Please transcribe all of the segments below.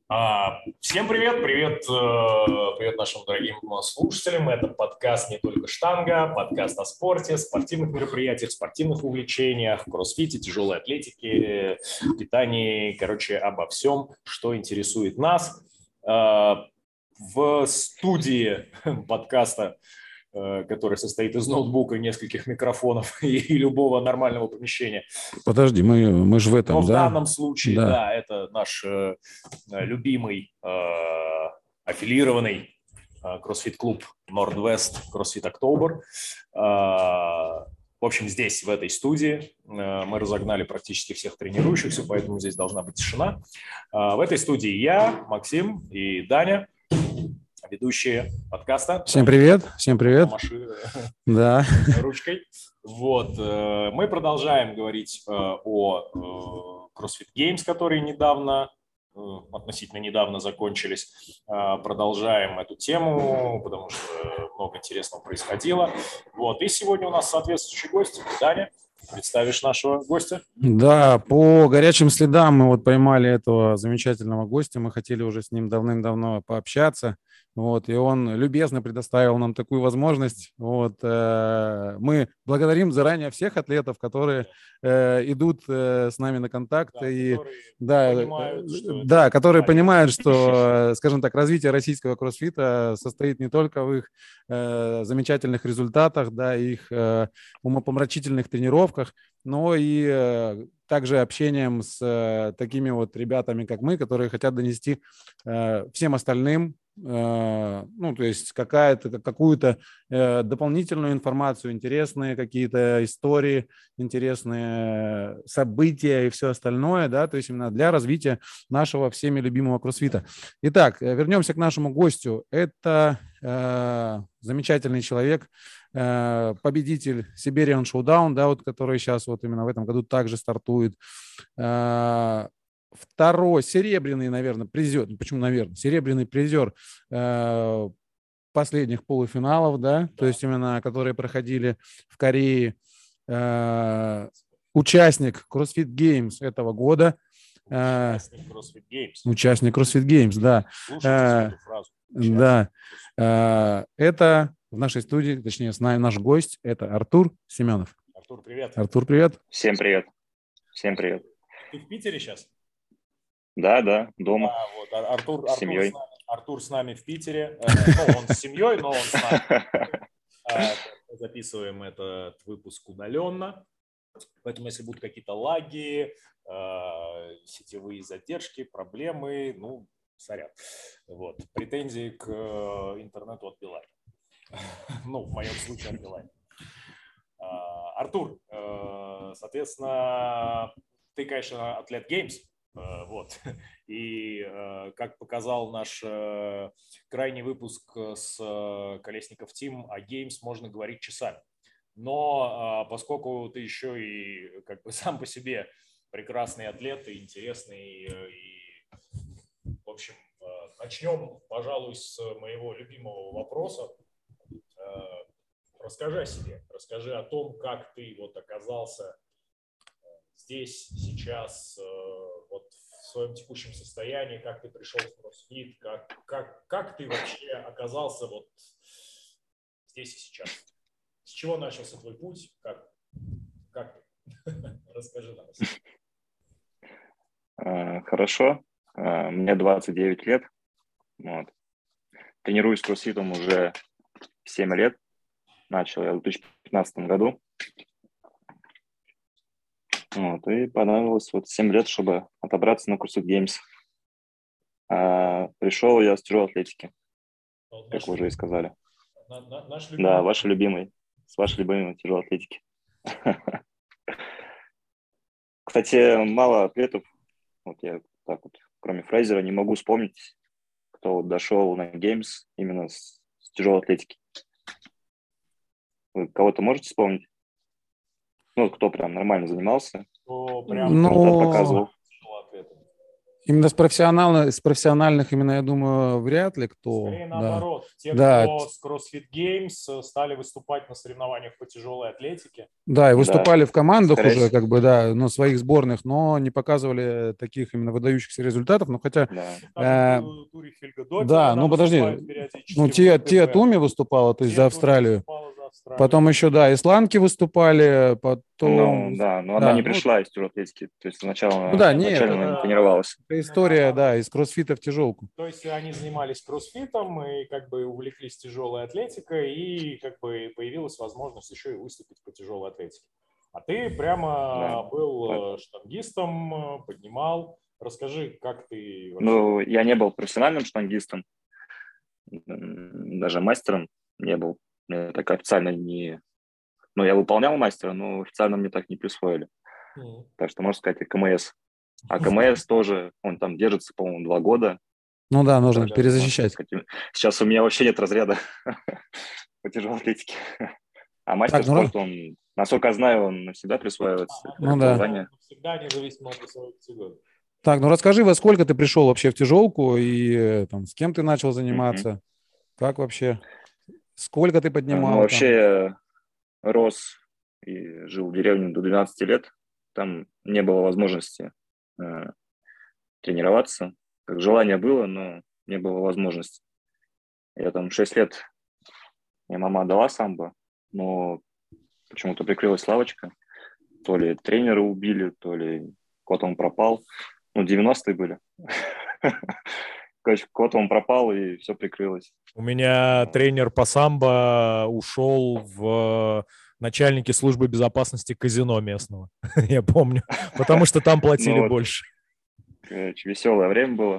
Всем привет, привет нашим дорогим слушателям. Это подкаст «Не только штанга», подкаст о спорте, спортивных мероприятиях, спортивных увлечениях, кроссфите, тяжелой атлетике, питании, короче, обо всем, что интересует нас. В студии подкаста, который состоит из ноутбука, нескольких микрофонов и любого нормального помещения. Подожди, мы же в этом, Но в да? данном случае, Да. да, это наш любимый аффилированный кроссфит-клуб Nordwest CrossFit October. В общем, здесь, в этой студии, мы разогнали практически всех тренирующихся, поэтому здесь должна быть тишина. В этой студии я, Максим и Даня, ведущие подкаста. Всем привет, всем привет. Помаши Да. ручкой. Вот. Мы продолжаем говорить о CrossFit Games, которые относительно недавно закончились. Продолжаем эту тему, потому что много интересного происходило. Вот. И сегодня у нас соответствующий гость. Даня, представишь нашего гостя? Да, по горячим следам мы вот поймали этого замечательного гостя. Мы хотели уже с ним давным-давно пообщаться. Вот, и он любезно предоставил нам такую возможность. Вот, мы благодарим заранее всех атлетов, которые идут с нами на контакт. Да, И, которые понимают, что да, это которые полезно. понимают, что, скажем так, развитие российского кроссфита состоит не только в их замечательных результатах, да, их умопомрачительных тренировках, но и также общением с такими вот ребятами, как мы, которые хотят донести всем остальным, ну, то есть какую-то дополнительную информацию, интересные какие-то истории, интересные события и все остальное, да, то есть именно для развития нашего всеми любимого кроссфита. Итак, вернемся к нашему гостю. Это замечательный человек, победитель Siberian Showdown, да, вот, который сейчас вот именно в этом году также стартует. Второй серебряный, наверное, призер, почему, наверное, серебряный призер последних полуфиналов, да, то есть именно, которые проходили в Корее, участник CrossFit Games этого года. Участник CrossFit Games. Участник CrossFit Games, да. Слушайте эту фразу. Да. Это в нашей студии, точнее, наш гость, это Артур Семенов. Артур, привет. Артур, привет. Всем привет. Всем привет. Ты в Питере сейчас? Да, дома. Вот, Артур с семьей. Артур с нами в Питере. Ну, он с семьей, но он с нами. Записываем этот выпуск удаленно. Поэтому, если будут какие-то лаги, сетевые задержки, проблемы, ну, сорян. Вот. Претензии к интернету от Билайна. Ну, в моем случае от Билайна. Артур, соответственно, ты, конечно, атлет Games. Вот. И как показал наш крайний выпуск с Колесников Team, о Games можно говорить часами. Но поскольку ты еще и как бы сам по себе прекрасный атлет и интересный, и, в общем, начнем, пожалуй, с моего любимого вопроса. Расскажи о себе, расскажи о том, как ты вот оказался здесь, сейчас, вот в своем текущем состоянии, как ты пришел в CrossFit, как ты вообще оказался вот здесь и сейчас? С чего начался твой путь? Как ты? Расскажи нам. Хорошо. Мне 29 лет. Вот. Тренируюсь кроссфитом уже 7 лет. Начал я в 2015 году. Вот. И понадобилось вот 7 лет, чтобы отобраться на CrossFit Games. Пришел я с тяжелой атлетики, как вы уже и сказали. Да, ваши любимые. С вашей любимой тяжелой атлетики. Кстати, мало атлетов, вот я так вот, кроме Фрейзера, не могу вспомнить, кто вот дошел на Games именно с тяжелой атлетики. Вы кого-то можете вспомнить? Ну, кто прям нормально занимался, результат показывал. Именно с профессиональных, именно, я думаю, вряд ли кто. Скорее наоборот. Те, Да. кто с CrossFit Games стали выступать на соревнованиях по тяжелой атлетике. Да, и выступали Да, в командах скорее уже, всего. как бы, да, ну, своих сборных, но не показывали таких именно выдающихся результатов. Ну, хотя, Да. В том же туре Хельга Дотtir да, она ну, подожди, выступает периодически ну, в ВТБ. Туми выступала, то есть за Тия Туми Австралию. выступала за Австралию. Потом еще, да, исландки выступали, потом... Ну, да, но она Да, не ну, пришла из тяжелоатлетики. То есть ну да, нет, изначально она не это тренировалась. история, да, наоборот. из кроссфита в тяжелку. То есть они занимались кроссфитом и как бы увлеклись тяжелой атлетикой, и как бы появилась возможность еще и выступить по тяжелой атлетике. А ты Да. прямо был штангистом, поднимал. Расскажи, как ты вообще... Ну, я не был профессиональным штангистом, даже мастером не был. Мне так официально не... Ну, я выполнял мастера, но официально мне так не присвоили. Так что, можно сказать, и КМС. А КМС тоже, он там держится, по-моему, 2 года. Ну да, нужно Так что, можно перезащищать. сказать, сейчас у меня вообще нет разряда по тяжелой атлетике. А мастер Так, ну, спорта, он, насколько я знаю, он навсегда присваивается. ну да. Звание. Всегда независимо от весовой категории. Так, ну расскажи, во сколько ты пришел вообще в тяжелку и там, с кем ты начал заниматься? Как вообще? Сколько ты Ну, поднимал вообще там? я рос и жил в деревне до 12 лет. Там не было возможности тренироваться. Как желание было, но не было возможности. Я там 6 лет, мне мама отдала самбо, но почему-то прикрылась лавочка. То ли тренера убили, то ли кот он пропал. Ну, 90-е были. Короче, кот он пропал, и все прикрылось. У меня тренер по самбо ушел в начальники службы безопасности казино местного, я помню, потому что там платили Ну, больше. короче, веселое время было.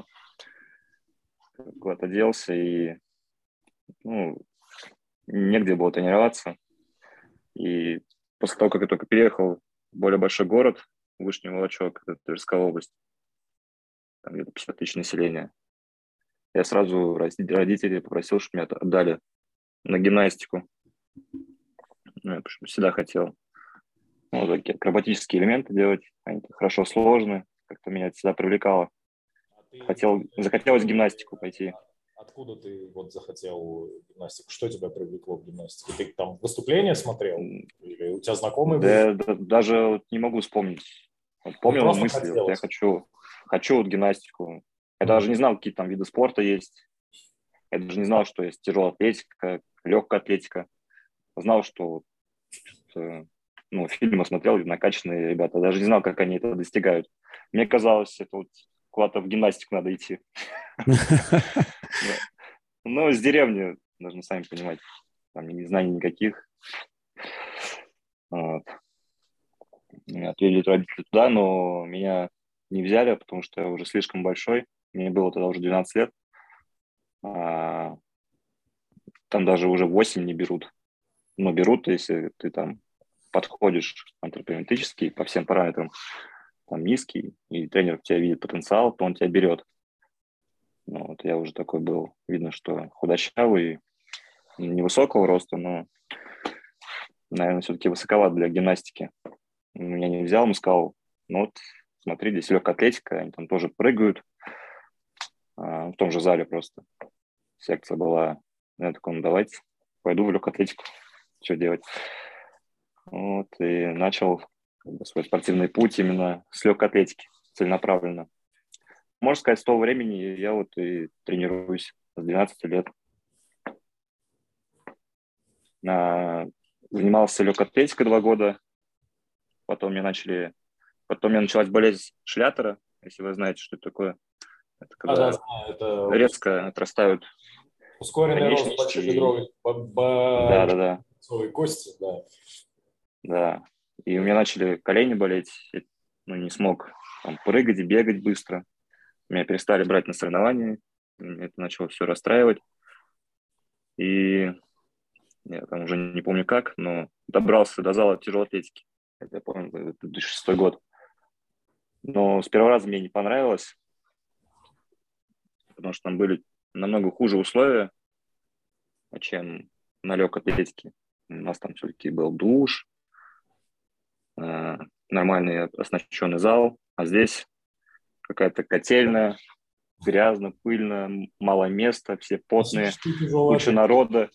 Куда-то делся, и ну, негде было тренироваться. И после того, как я только переехал в более большой город, Вышний Волочек, это Тверская область, там где-то 50 тысяч населения, я сразу родителей попросил, чтобы меня отдали на гимнастику. Ну, я всегда хотел вот такие акробатические элементы делать, они хорошо сложны, как-то меня это всегда привлекало. Захотелось в гимнастику пойти. Откуда ты вот захотел гимнастику? Что тебя привлекло в гимнастике? Ты там выступления смотрел? Или у тебя знакомые были? Да, даже вот не могу вспомнить. Вот помню мысли, вот я хочу вот гимнастику. Я даже не знал, какие там виды спорта есть. Я даже не знал, что есть тяжелая атлетика, легкая атлетика. Знал, что ну, фильмы смотрел, накачанные ребята. Даже не знал, как они это достигают. Мне казалось, это вот куда-то в гимнастику надо идти. Ну, с деревни, должны сами понимать, там не знаний никаких. Отвели родители туда, но меня не взяли, потому что я уже слишком большой. Мне было тогда уже 12 лет. Там даже уже 8 не берут. Но берут, если ты там подходишь антропометрически по всем параметрам, там низкий, и тренер в тебя видит потенциал, то он тебя берет. Ну, вот я уже такой был. Видно, что худощавый, невысокого роста, но, наверное, все-таки высоковат для гимнастики. Меня не взял, он сказал, ну вот, смотри, здесь легкая атлетика, они там тоже прыгают. В том же зале просто секция была. Я такой, ну давайте, пойду в легкую атлетику. Что делать? Вот, и начал свой спортивный путь именно с легкой атлетики, целенаправленно. Можно сказать, с того времени я вот и тренируюсь с 12 лет. Занимался легкой атлетикой 2 года. Потом мне началась болезнь Шлятера, если вы знаете, что это такое. Это когда это резко отрастают ускоренный рост большебедровой да. кости, да. Да. И у меня начали колени болеть. Я, не смог там прыгать и бегать быстро. Меня перестали брать на соревнования. Меня это начало все расстраивать. И я там уже не помню как, но добрался до зала тяжелой атлетики. Это, я помню, 2006 год. Но с первого раза мне не понравилось, потому что там были намного хуже условия, чем на легкой атлетике. У нас там все-таки был душ, нормальный оснащенный зал, а здесь какая-то котельная, грязно, пыльно, мало места, все потные, куча народа,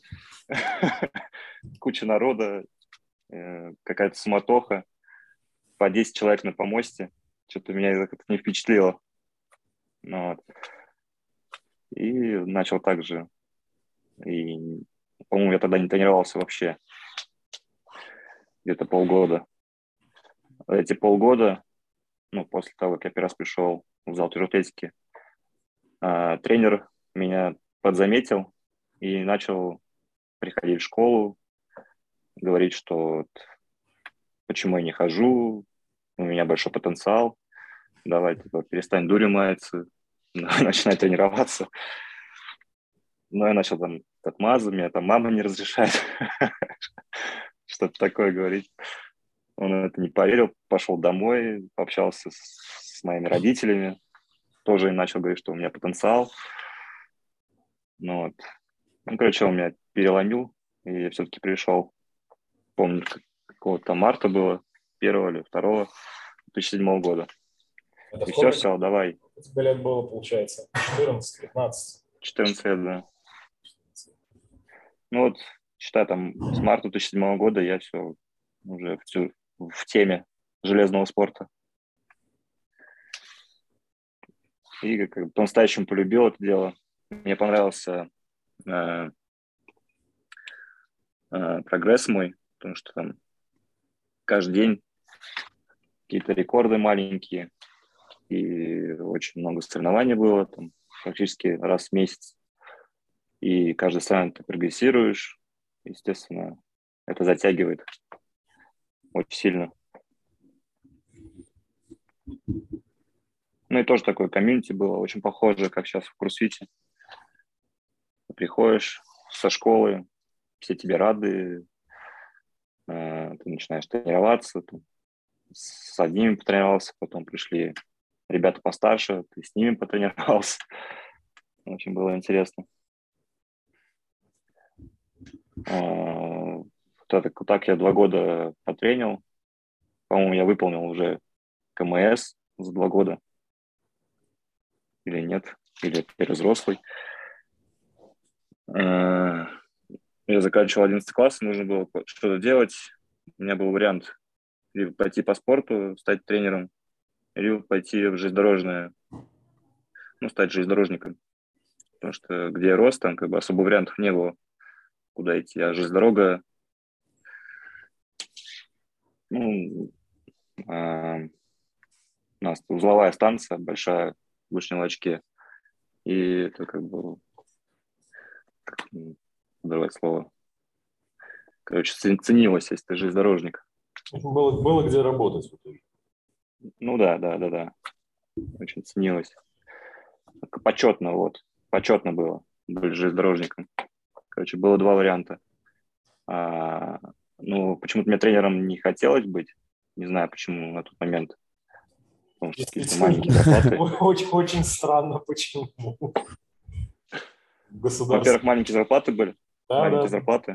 какая-то суматоха, по 10 человек на помосте. Что-то меня это не впечатлило. Вот. И начал так же. И, по-моему, я тогда не тренировался вообще. Где-то полгода. Эти полгода, ну, после того, как я первый раз пришел в зал тяжелой атлетики, тренер меня подзаметил и начал приходить в школу, говорить, что почему я не хожу, у меня большой потенциал, давай, типа, перестань дурью маяться, начинай тренироваться. Ну, я начал там отмазывать, меня там мама не разрешает что-то такое говорить. Он это не поверил, пошел домой, пообщался с моими родителями, тоже им начал говорить, что у меня потенциал. Ну, вот. Ну, короче, он меня переломил, и я все-таки пришел, помню, какого-то марта было, 1 или 2 2007 года. Это и все, сказал, давай. У тебя лет было, получается, 14-15? 14 лет, да. Ну вот, считай, там с марта 2007 года я все уже в теме железного спорта. И как бы по-настоящему полюбил это дело. Мне понравился прогресс мой, потому что там каждый день какие-то рекорды маленькие, и очень много соревнований было, там, практически раз в месяц. И каждый соревнование ты прогрессируешь, естественно, это затягивает очень сильно. Ну и тоже такое комьюнити было, очень похоже, как сейчас в кроссфите. Приходишь со школы, все тебе рады, ты начинаешь тренироваться, ты с одними потренировался, потом пришли ребята постарше, ты с ними потренировался. Очень было интересно. Так я 2 года потренил. По-моему, я выполнил уже КМС за 2 года. Или нет, или теперь взрослый. Я заканчивал 11 класс, нужно было что-то делать. У меня был вариант либо пойти по спорту, стать тренером, либо пойти в железнодорожное, ну, стать железнодорожником. Потому что где я рос, там как бы особо вариантов не было, куда идти. А железнодорога, ну, у нас узловая станция большая в Вышнем-Лачке. И это как бы, подавать слово, короче, ценилось, если ты железнодорожник. Было где работать в итоге. Ну да. Очень ценилось. Почетно, почетно было быть железнодорожником. Короче, было 2 варианта. Ну, почему-то мне тренером не хотелось быть. Не знаю, почему на тот момент. Потому что какие-то маленькие зарплаты. Очень странно, почему. Во-первых, маленькие зарплаты были. Маленькие зарплаты.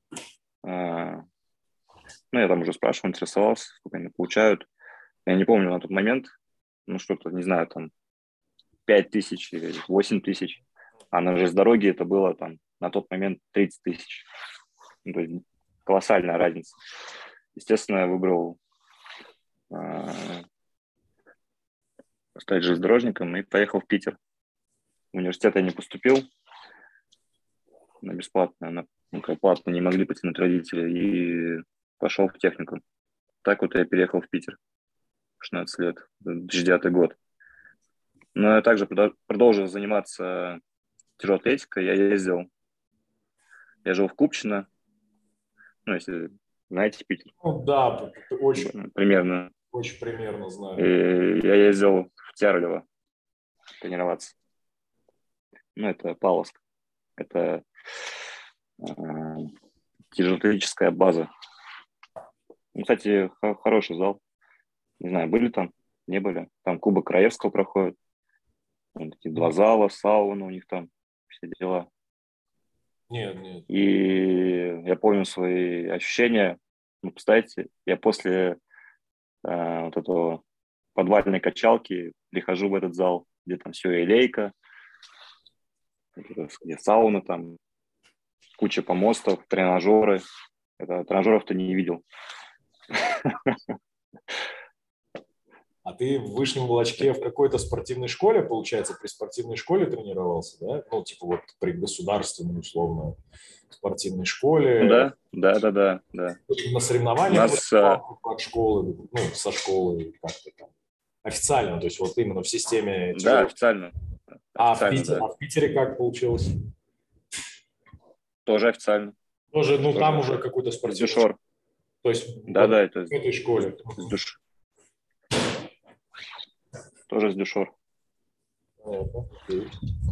Ну, я там уже спрашивал, интересовался, сколько они получают. Я не помню на тот момент, ну, что-то, не знаю, там, 5 тысяч или 8 тысяч. А на железнодороге это было там на тот момент 30 тысяч. Ну, то есть колоссальная разница. Естественно, я выбрал стать железнодорожником и поехал в Питер. В университет я не поступил на бесплатно, платно не могли потянуть родители, и пошел в техникум. Так вот я переехал в Питер в 16 лет, 2009 год. Но я также продолжил заниматься тяжелой атлетикой. Я жил в Купчино, ну, если знаете Питер. Ну, да, очень примерно. Очень примерно знаю. И я ездил в Тярлево тренироваться. Ну, это Павловск. Это тяжелоатлетическая база. Ну, кстати, хороший зал. Не знаю, были там, не были. Там Кубок Краевского проходит. Там такие 2 зала, сауна у них там, все дела. Нет. И я помню свои ощущения. Ну, представляете, я после вот этого подвальной качалки прихожу в этот зал, где там все элейка, где сауна, там куча помостов, тренажеры. Тренажеров-то не видел. А ты в Вышнем Волочке в какой-то спортивной школе, получается, при спортивной школе тренировался, да? Ну, типа вот при государственной, условно, спортивной школе. Да. На У соревнованиях нас, выступал от школы, ну, со школы как-то там. Официально, то есть вот именно в системе да, тяжелых. официально. А Официально, в Питере как получилось? Тоже официально. Тоже, ну, Тоже там уже какой-то с спортивный. дюшор. То есть Да, вот это в этой школе. Тоже с дюшор. Окей.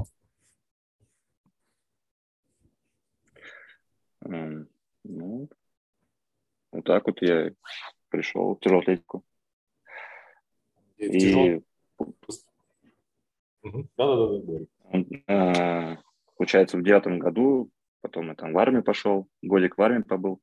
Ну, вот так вот я пришел в тяжелую атлетику. И получается, в 9 году, потом я там в армию пошел, годик в армии побыл.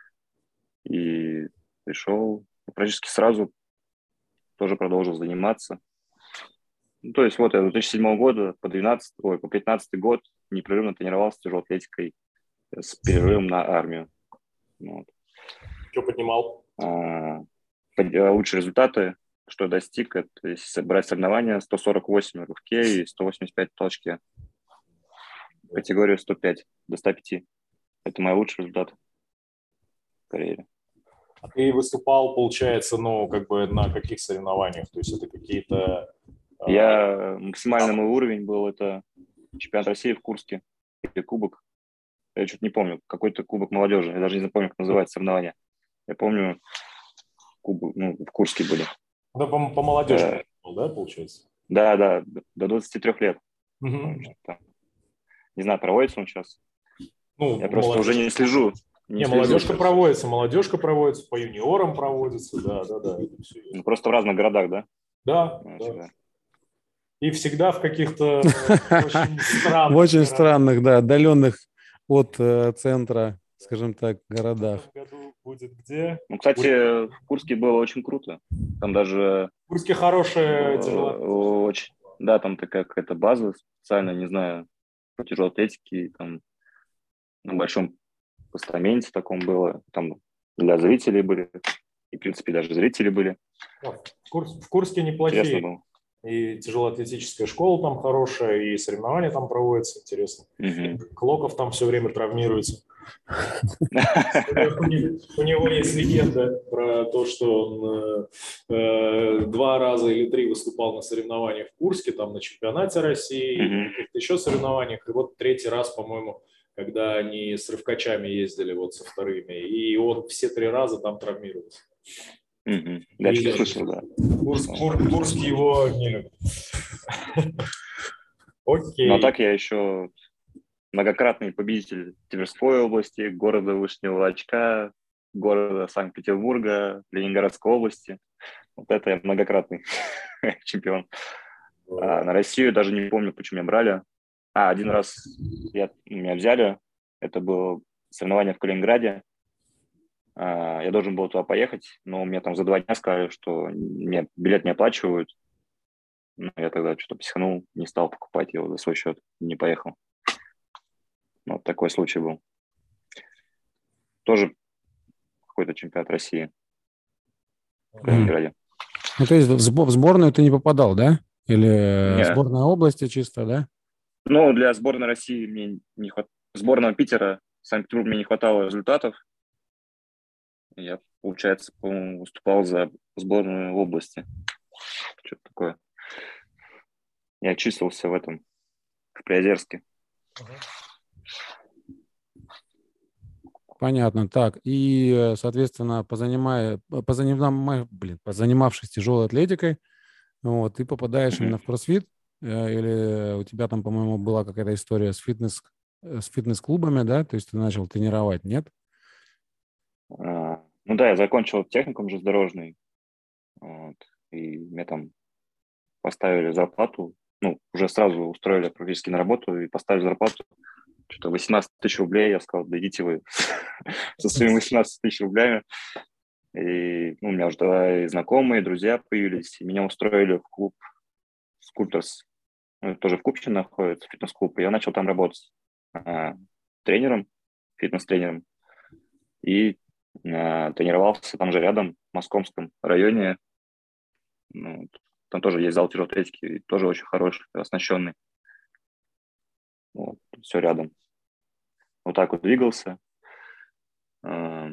И пришел практически сразу, тоже продолжил заниматься. Ну, то есть вот я с 2007 года по 15 год непрерывно тренировался тяжелой атлетикой с перерывом на армию. Вот. Что поднимал? Лучшие результаты, что я достиг, это если брать соревнования, 148 в рывке и 185 в толчке. В категорию 105 до 105. Это мой лучший результат в карьере. А ты выступал, получается, ну, как бы на каких соревнованиях? То есть это какие-то... Максимальный мой уровень был, это чемпионат России в Курске или кубок. Я чуть не помню, какой-то кубок молодежи. Я даже не запомню, как называется соревнование. Я помню, в Курске были. Да, по молодежи, да, получается? Да, до 23 лет. Угу. Не знаю, проводится он сейчас. Ну, я просто уже не слежу. Молодежка проводится, по юниорам проводится, да. Ну, просто в разных городах, да? Да. И всегда в каких-то очень странных, да, отдаленных от центра, скажем так, городах. В этом году будет где? Ну, кстати, в Курске было очень круто. Там даже... В Курске хорошая тяжелая. Да, там такая какая-то база специальная, не знаю, по тяжелой атлетике, там на большом постаменте таком было. Там для зрителей были. И, в принципе, даже зрители были. В Курске неплохие. И тяжелоатлетическая школа там хорошая, и соревнования там проводятся, интересно. Клоков там все время травмируется. У него есть легенда про то, что он 2 раза или 3 выступал на соревнованиях в Курске, там на чемпионате России, на каких-то еще соревнованиях. И вот 3-й раз, по-моему, когда они с рывкачами ездили вот со вторыми, и он все 3 раза там травмировался. Да, что слышал, да. Курск его не любит. Окей. Ну, а так я еще многократный победитель Тверской области, города Вышнего Волочка, города Санкт-Петербурга, Ленинградской области. Вот это я многократный чемпион. На Россию даже не помню, почему меня брали. Один раз меня взяли. Это было соревнование в Калининграде. Я должен был туда поехать, но мне там за 2 дня сказали, что мне билет не оплачивают. Ну, я тогда что-то психанул, не стал покупать его за свой счет, не поехал. Вот такой случай был. Тоже какой-то чемпионат России в Калининграде. Ну, то есть в сборную ты не попадал, да? Или Нет. Сборная области чисто, да? Ну, для сборной России мне не хватало. Сборная Питера, Санкт-Петербург, мне не хватало результатов. Я, получается, по-моему, выступал за сборную области. Что-то такое. Я числился в Приозерске. Понятно. Так, и, соответственно, позанимавшись тяжелой атлетикой, вот, ты попадаешь именно в кроссфит, или у тебя там, по-моему, была какая-то история с фитнес-клубами, да? То есть ты начал тренировать, нет? Ну да, я закончил техникум железнодорожный, вот, и мне там поставили зарплату, уже сразу устроили практически на работу и поставили зарплату, что-то 18 тысяч рублей. Я сказал, да идите вы со своими 18 тысяч рублями. И у меня уже и знакомые, друзья появились, и меня устроили в клуб Sculptors, тоже в Купчино находится, фитнес-клуб. Я начал там работать тренером, фитнес-тренером. И тренировался там же рядом, в Московском районе. Ну, там тоже есть зал тяжелой атлетики, и тоже очень хороший, оснащенный. Вот, все рядом. Вот так вот двигался. Вот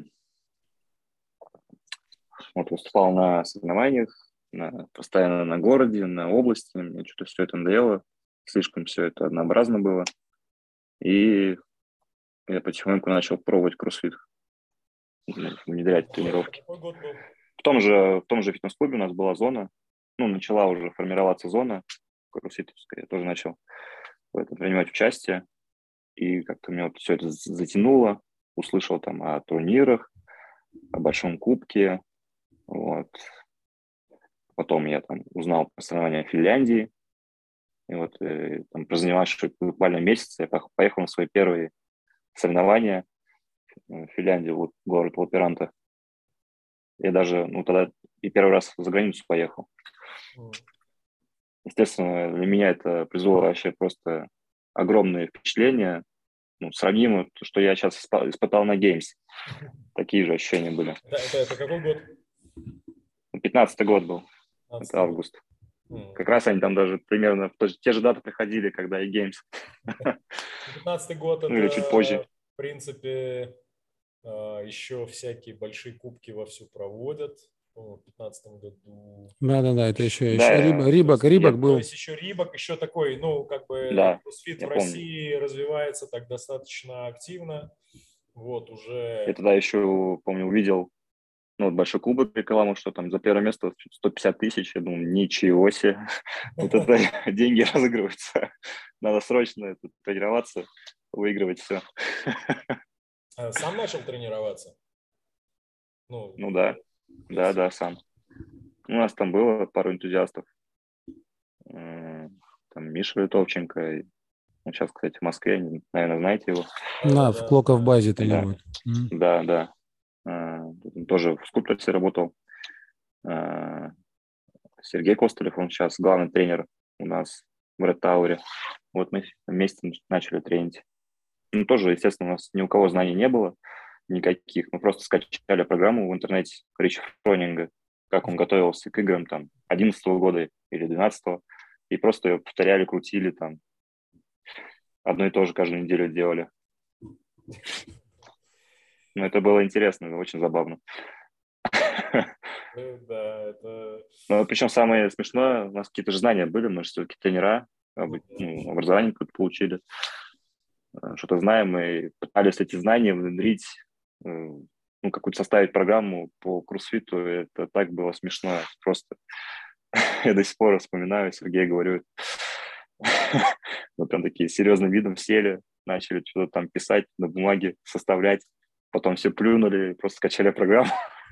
выступал на соревнованиях, постоянно на городе, на области. Мне что-то все это надоело. Слишком все это однообразно было. И я потихоньку начал пробовать кроссфит, внедрять тренировки. В том же фитнес-клубе у нас была зона. Ну, начала уже формироваться зона кроссфитовская. Я тоже начал в этом принимать участие. И как-то меня вот все это затянуло. Услышал там о турнирах, о большом кубке. Вот. Потом я там узнал про соревнования в Финляндии. И вот там прозанимавшись буквально месяц, я поехал на свои первые соревнования в Финляндии, вот город Лаперанта. Я даже, тогда и первый раз за границу поехал. Естественно, для меня это произвело вообще просто огромное впечатление, сравнимо, то, что я сейчас испытал на Games. Такие же ощущения были. Это какой год? 15-й год был, это август. Как раз они там даже примерно в те же даты приходили, когда и Games. 15-й год это, или чуть позже. В принципе, еще всякие большие кубки вовсю проводят. В 2015 году. Да, это еще Рибак был. То есть еще Рибак, еще такой, кроссфит в России развивается так достаточно активно. Вот уже. Я тогда еще, помню, увидел большой кубок рекламу, что там за первое место 150 тысяч. Я думаю, ничего себе. Вот это деньги разыгрываются. Надо срочно тренироваться, выигрывать все. Сам начал тренироваться? Да, сам. У нас там было пару энтузиастов. Там Миша Литовченко. Он сейчас, кстати, в Москве, наверное, знаете его. В Клоков базе тренирует. Да. Он тоже в скульпторсе работал. Сергей Костылев, он сейчас главный тренер у нас в Red Tower. Вот мы вместе начали тренить. Тоже, естественно, у нас ни у кого знаний не было никаких. Мы просто скачали программу в интернете Ричи Фронинга, как он готовился к играм там 11-го года или 12-го, и просто ее повторяли, крутили там. Одно и то же каждую неделю делали. Это было интересно, очень забавно. Да, это... Причем самое смешное, у нас какие-то же знания были, мы же все-таки тренера, образование какое-то получили, что-то знаем, и пытались эти знания внедрить, какую-то составить программу по кроссфиту. Это так было смешно, просто я до сих пор вспоминаю, Сергею говорю, мы прям такие серьезным видом сели, начали что-то там писать на бумаге, составлять, потом все плюнули, просто скачали программу.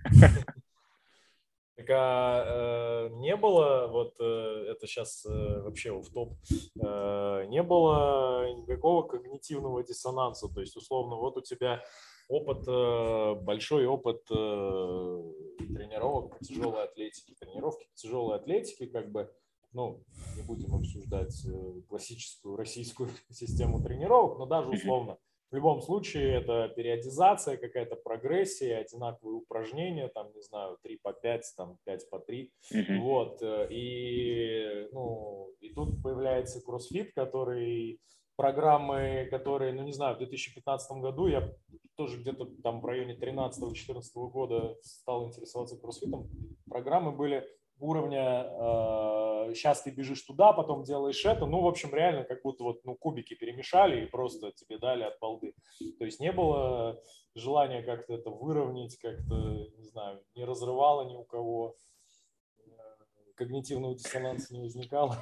Так не было, это сейчас вообще офф-топ, не было никакого когнитивного диссонанса, то есть условно вот у тебя большой опыт тренировок по тяжелой атлетике, тренировки по тяжелой атлетике, не будем обсуждать классическую российскую систему тренировок, но даже условно. В любом случае, это периодизация, какая-то прогрессия, одинаковые упражнения, 3 по 5, 5 по 3. Вот. И тут появляется кроссфит, программы, которые, в 2015 году я тоже где-то там в районе 13-14 года стал интересоваться кроссфитом. Программы были уровня сейчас ты бежишь туда, потом делаешь это. В общем, реально как будто кубики перемешали и просто тебе дали от балды. То есть не было желания как-то это выровнять, как-то, не разрывало ни у кого. Когнитивного диссонанса не возникало.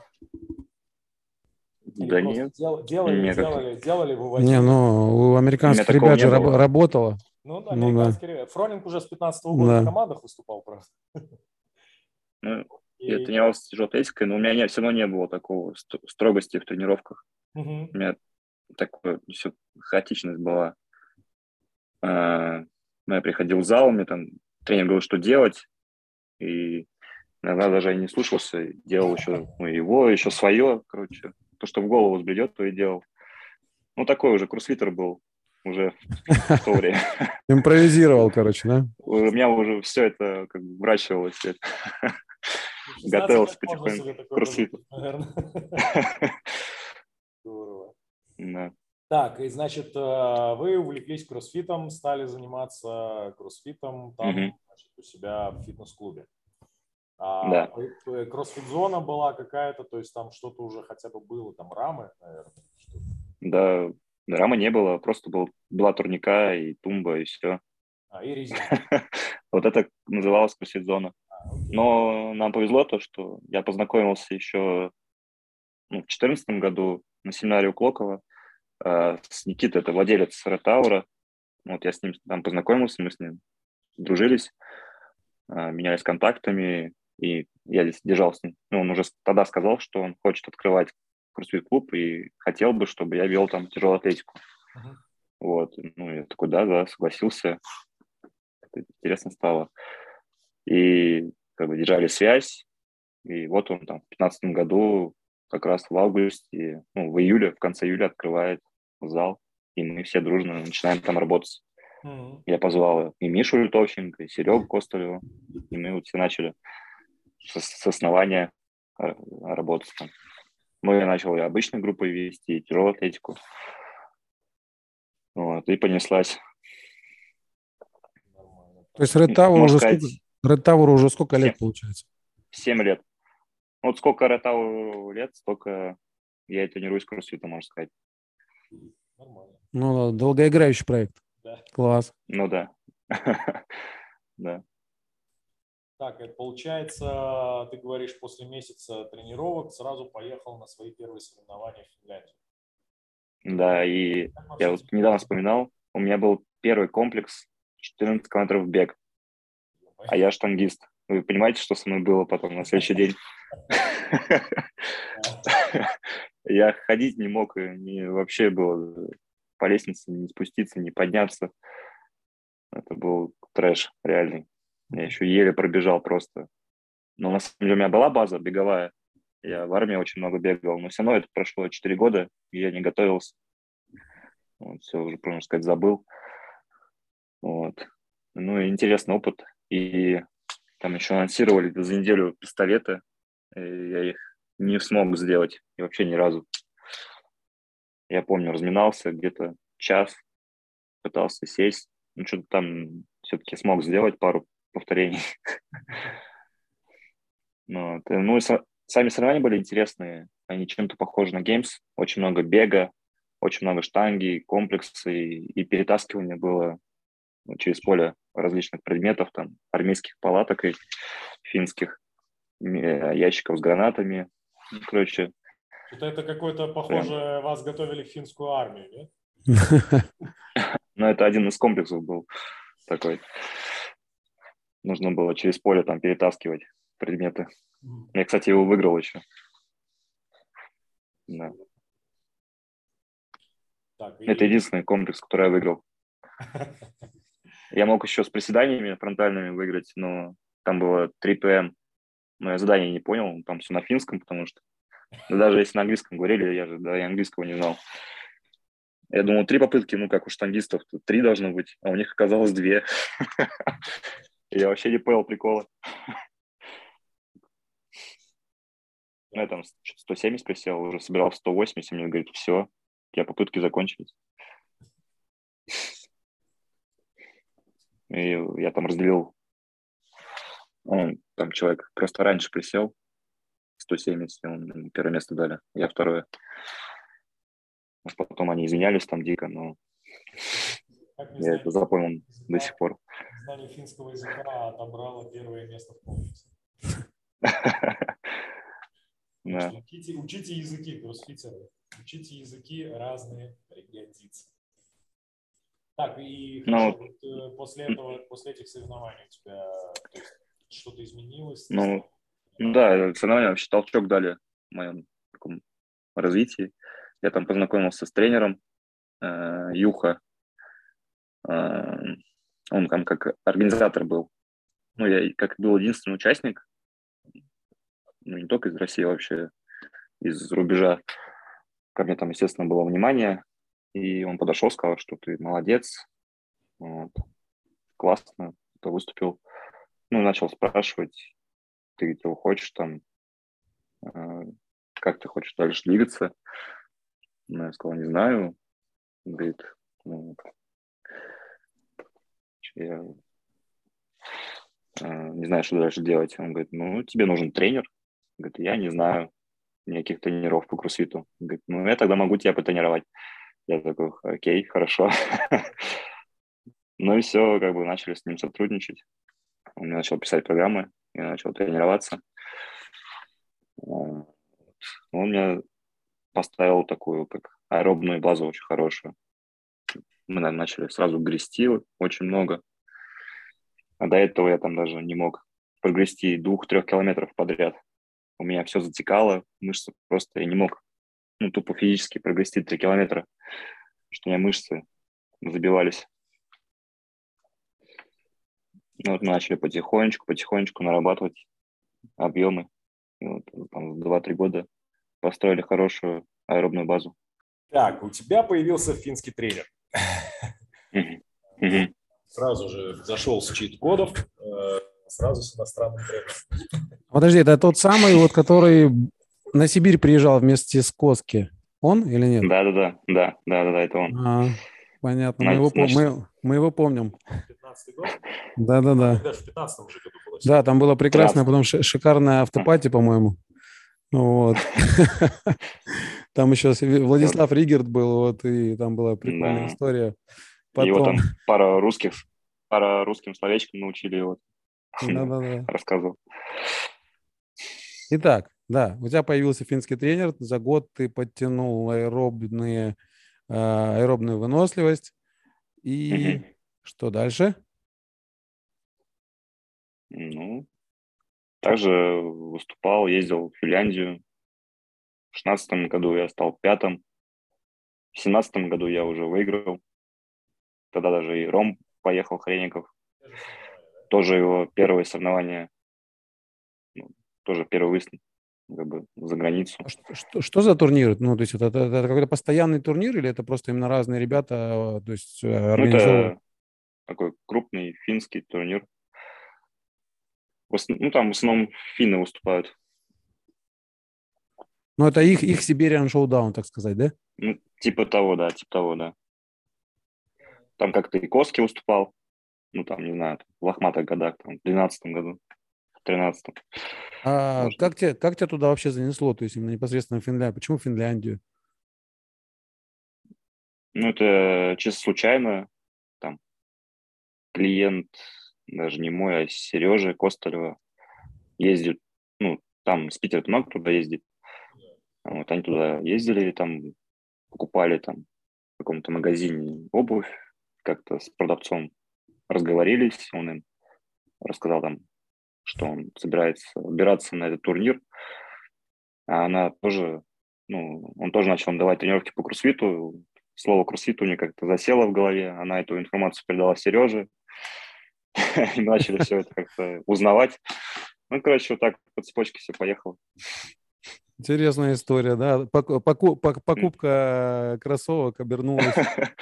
Да нет. Делали, выводили. Не, у американских ребят же работало. Американские ребята. Фронинг уже с 15-го года в командах выступал, правда. Я тренировался с тяжелой атлетикой, но у меня все равно не было такого строгости в тренировках. У меня такая все хаотичность была. Я приходил в зал, мне там тренер говорил, что делать, и Иногда даже и не слушался, делал еще его, еще свое, короче. То, что в голову взбредет, то и делал. Ну, такой уже кроссфитер был уже в то время. Импровизировал, короче, да? У меня уже все это как бы вращивалось. В 16 Готовился лет можно потихоньку себе к такое кроссфиту. позволить, наверное. Здорово. Да. Так, и значит, вы увлеклись кроссфитом, стали заниматься кроссфитом там, Мгм. значит, у себя в фитнес-клубе. Да. Кроссфит-зона была какая-то, то есть там что-то уже хотя бы было, там рамы, наверное. Да, рамы не было, просто была турника и тумба, и все. И резина. Вот это называлось кроссфит-зона. Окей. Но нам повезло то, что я познакомился еще в 2014 году на семинаре у Клокова с Никитой, это владелец Ретаура. Вот я с ним там познакомился, мы с ним дружились, менялись контактами, и я здесь держался с ним. Ну, он уже тогда сказал, что он хочет открывать кроссфит-клуб и хотел бы, чтобы я вел там тяжелую атлетику. Мгм. Вот, ну, я такой, да, согласился. Это интересно стало. И как бы держали связь, и вот он там в 2015 году, как раз в августе, ну, в июле, в конце июля открывает зал, и мы все дружно начинаем там работать. Мгм. Я позвал и Мишу Лютовченко, и Серегу Костолева, и мы вот все начали с основания работать там. Ну, я начал и обычной группой вести, и тяжелую атлетику. Вот, и понеслась. Нормально. То есть Red Tower Можно уже сколько, сказать, Red Tower уже сколько лет 7, получается? 7 лет. Вот сколько Ретау лет, столько я и тренируюсь кроссфитом, можно сказать. Нормально. Ну, да, долгоиграющий проект. Да. Класс. Ну да. Да. Так, это получается, ты говоришь, после месяца тренировок сразу поехал на свои первые соревнования в Финляндию. Да, и Как я вообще вот тебе недавно вспоминал, у меня был первый комплекс 14 километров бег, а я штангист. Вы понимаете, что со мной было потом на следующий день? Я ходить не мог, и мне вообще было по лестнице не спуститься, не подняться. Это был трэш реальный. Я еще еле пробежал просто. Но на самом деле у меня была база беговая. Я в армии очень много бегал, но все равно это прошло 4 года, и я не готовился. Вот, все уже, можно сказать, забыл. Вот. Ну, и интересный опыт. И там еще анонсировали за неделю пистолеты. И я их не смог сделать. И вообще ни разу. Я помню, разминался где-то час, пытался сесть. Ну, что-то там все-таки смог сделать пару повторений. Вот. Ну, и сами соревнования были интересные. Они чем-то похожи на Games. Очень много бега, очень много штанги, комплексы и перетаскивания было через поле различных предметов, там, армейских палаток и финских, ящиков с гранатами. Ну, короче, Что-то это какое-то прям... похоже, вас готовили к финскую армию, нет? Ну, это один из комплексов был такой. Нужно было через поле там перетаскивать предметы. Я, кстати, его выиграл еще. Да. Так, Это и единственный комплекс, который я выиграл. Я мог еще с приседаниями фронтальными выиграть, но там было 3 ПМ. Но я задание не понял, там все на финском, потому что даже если на английском говорили, я же и английского не знал. Я думал, 3 попытки, ну, как у штангистов, тут 3 должно быть, а у них оказалось 2. Я вообще не понял прикола. Ну, я там 170 присел, уже собирал 180, и мне говорит, все, у тебя попытки закончились. И я там разделил, там человек просто раньше присел, 170, он первое место дали, я второе. Потом они извинялись там дико, но как я это запомнил до сих пор. незнание финского языка отобрало первое место в конкурсе. Так Да. что учите языки, кроссфитеры. Учите языки разные, пригодится. Так, и Ну, хорошо, вот, после этого, после этих соревнований у тебя, то есть, что-то изменилось? Ты ну, стал да, соревнования вообще толчок дали в моем таком развитии. Я там познакомился с тренером Юха. Он там как организатор был. Ну, я как был единственный участник. ну, не только из России, вообще из рубежа. Ко мне там, естественно, было внимание, и он подошел, сказал, что ты молодец, вот, классно, ты выступил. Ну, начал спрашивать, ты чего хочешь там, э, как ты хочешь дальше двигаться. Ну, я сказал, не знаю. Он говорит, ну, я не знаю, что дальше делать. Он говорит, ну, тебе нужен тренер. Говорит, я не знаю никаких тренеров по кроссфиту. Он говорит, ну, я тогда могу тебя потренировать. Я такой, окей, хорошо. Ну и все, как бы начали с ним сотрудничать. Он мне начал писать программы, я начал тренироваться. Он мне поставил такую, как аэробную базу очень хорошую. Мы, наверное, начали сразу грести очень много. А до этого я там даже не мог прогрести 2-3 километров подряд. У меня все затекало, мышцы просто я не мог, ну, тупо физически прогрести 3 километра, что у меня мышцы забивались. Ну, вот мы начали потихонечку нарабатывать объемы. И вот там, 2-3 года построили хорошую аэробную базу. Так, у тебя появился финский тренер. Мгм. Сразу же зашел с чит-кодов, сразу с иностранным тренером. Подожди, это тот самый, вот, который на Сибирь приезжал вместе с Коски. Он или нет? Да, это он. Понятно. Значит, Мы его помним. 15-й год? Да. Даже в 15-м уже году было. Да, там была прекрасная, 13. потом шикарная автопати, по-моему. Вот. Там еще Владислав Ригерт был, вот, и там была прикольная Да. история. Его Потом... там пара русским словечком научили его. Да. Рассказывал. Итак, да, у тебя появился финский тренер, за год ты подтянул аэробную выносливость. И Мгм. что дальше? Ну, также выступал, ездил в Финляндию. В 2016 году я стал пятым. В 2017 году я уже выиграл. Тогда даже и Ром поехал, Хренников. Тоже его первые соревнования, ну, тоже первый выезд как бы за границу. Что за турнир? Ну, то есть это какой-то постоянный турнир или это просто именно разные ребята, то есть Ну, организовывают? это такой крупный финский турнир. Ну, там в основном финны выступают. Ну, это их Siberian Showdown, так сказать, да? Ну, типа того, да. Там как-то и Коски выступал. Ну, там, не знаю, в лохматых годах, там, в 12 году, в 13-м. А Может. как тебя туда вообще занесло? То есть именно непосредственно в Финляндию? Почему Финляндию? Ну, это чисто случайно. Там клиент, даже не мой, а Сережи Костолева ездит. Ну, там с Питера много туда ездит. Вот они туда ездили, там покупали там в каком-то магазине обувь, как-то с продавцом разговорились, он им рассказал там, что он собирается убираться на этот турнир, а она тоже, ну, он тоже начал им давать тренировки по кроссфиту, слово кроссфит у нее как-то засело в голове, она эту информацию передала Сереже, и начали все это как-то узнавать. Ну, короче, вот так по цепочке все поехало. Интересная история, да. Покупка кроссовок обернулась.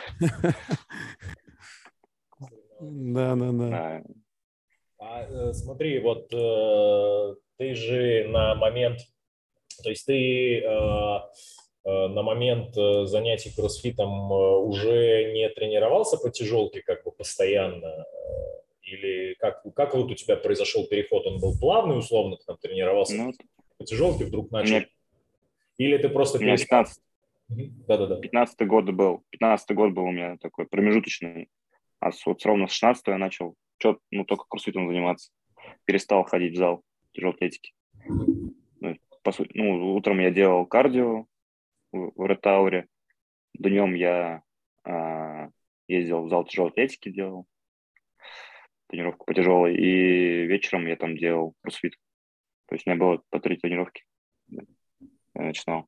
Да. Смотри, вот ты же на момент, то есть ты на момент занятий кроссфитом уже не тренировался по тяжелке как бы постоянно? Или как вот у тебя произошел переход? Он был плавный, условно, ты там тренировался Ну, по тяжелке, вдруг у начал? меня, Или ты просто у меня перестал? Да-да-да. 15 год был. 15 год был у меня такой промежуточный. А вот ровно с 16 я начал только кроссфитом заниматься. Перестал ходить в зал тяжелой атлетики. Ну, по сути, утром я делал кардио в Ретауре. Днем я ездил в зал тяжелой атлетики, делал тренировку по тяжелой. И вечером я там делал кроссфит. То есть у меня было по 3 тренировки. Я начинал.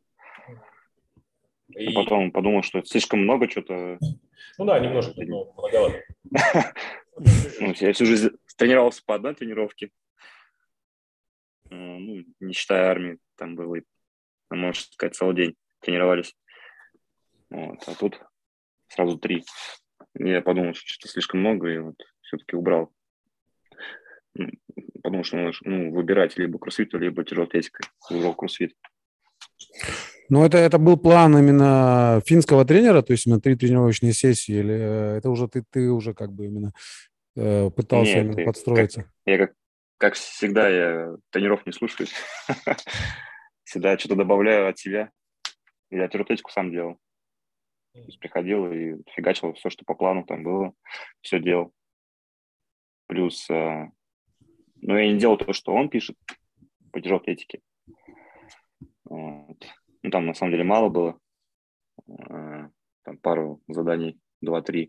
И потом подумал, что это слишком много что-то. Ну да, немножко, многовато. Я всю жизнь тренировался по одной тренировке. ну, не считая армии, там было, можно сказать, целый день тренировались. Вот, а тут сразу 3. Я подумал, что что-то слишком много, и вот все-таки убрал. Ну, Потому что ну, выбирать либо кроссфит, либо тяжелая атлетика. Выбрал кроссфит. Ну, это был план именно финского тренера, то есть именно 3 тренировочные сессии, или это уже ты уже как бы именно пытался Нет, именно подстроиться? как всегда, я тренеров не слушаюсь. Всегда что-то добавляю от себя. Я тяжелую атлетику сам делал. То есть приходил и фигачил все, что по плану там было, все делал. Плюс, ну, я не делал то, что он пишет по тяжелой атлетике. Вот. Ну, там на самом деле мало было. Там пару заданий, 2-3.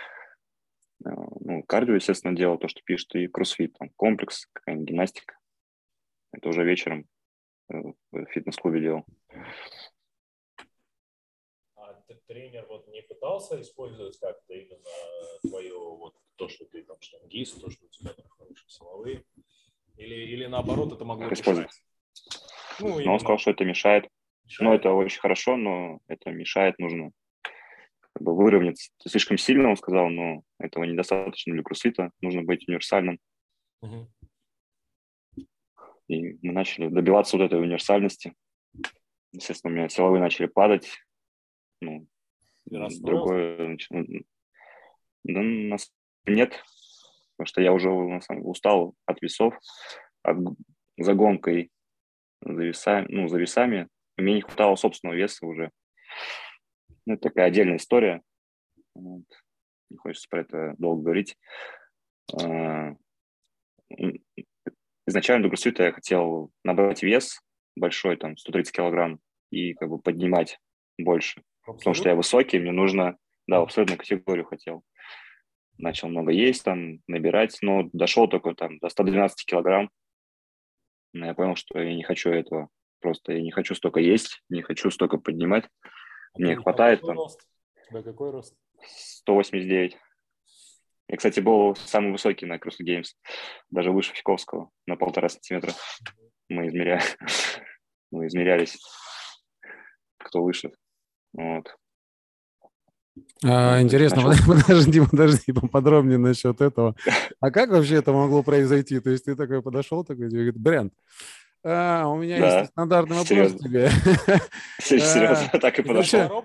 Ну, кардио, естественно, делал то, что пишет, и кроссфит, там, комплекс, какая-нибудь гимнастика. Это уже вечером в фитнес-клубе делал. А тренер вот не пытался использовать как-то именно твое, вот то, что ты там штангист, то, что у тебя там хорошие силовые? Или наоборот это могло мешать? Ну, Но он сказал, что это мешает. Ну, это очень хорошо, но это мешает, нужно как бы выровняться. Это слишком сильно, он сказал, но этого недостаточно для кроссфита. Нужно быть универсальным. Угу. И мы начали добиваться вот этой универсальности. Естественно, у меня силовые начали падать. Ну, другое... Да, нет, потому что я уже устал от весов, от за гонкой, за весами. Мне не хватало собственного веса уже. Ну, это такая отдельная история. Вот. Не хочется про это долго говорить. Изначально до кроссфита я хотел набрать вес большой, там, 130 килограмм, и как бы поднимать больше. Потому что я высокий, мне нужно, да, в абсолютную категорию хотел. Начал много есть, там, набирать, но дошел только там до 112 килограмм. Но я понял, что я не хочу этого. Просто я не хочу столько есть, не хочу столько поднимать. Мне хватает там. Рост? У тебя какой рост? 189. Я, кстати, был самый высокий на CrossFit Games, даже выше Фиковского на 1,5 сантиметра. Мы измерялись, кто выше. Вот. Интересно, подожди поподробнее насчет этого. А как вообще это могло произойти? То есть ты такой подошел, такой, говорит, Брент, у меня есть стандартный вопрос к тебе. Серьезно, так и подошел.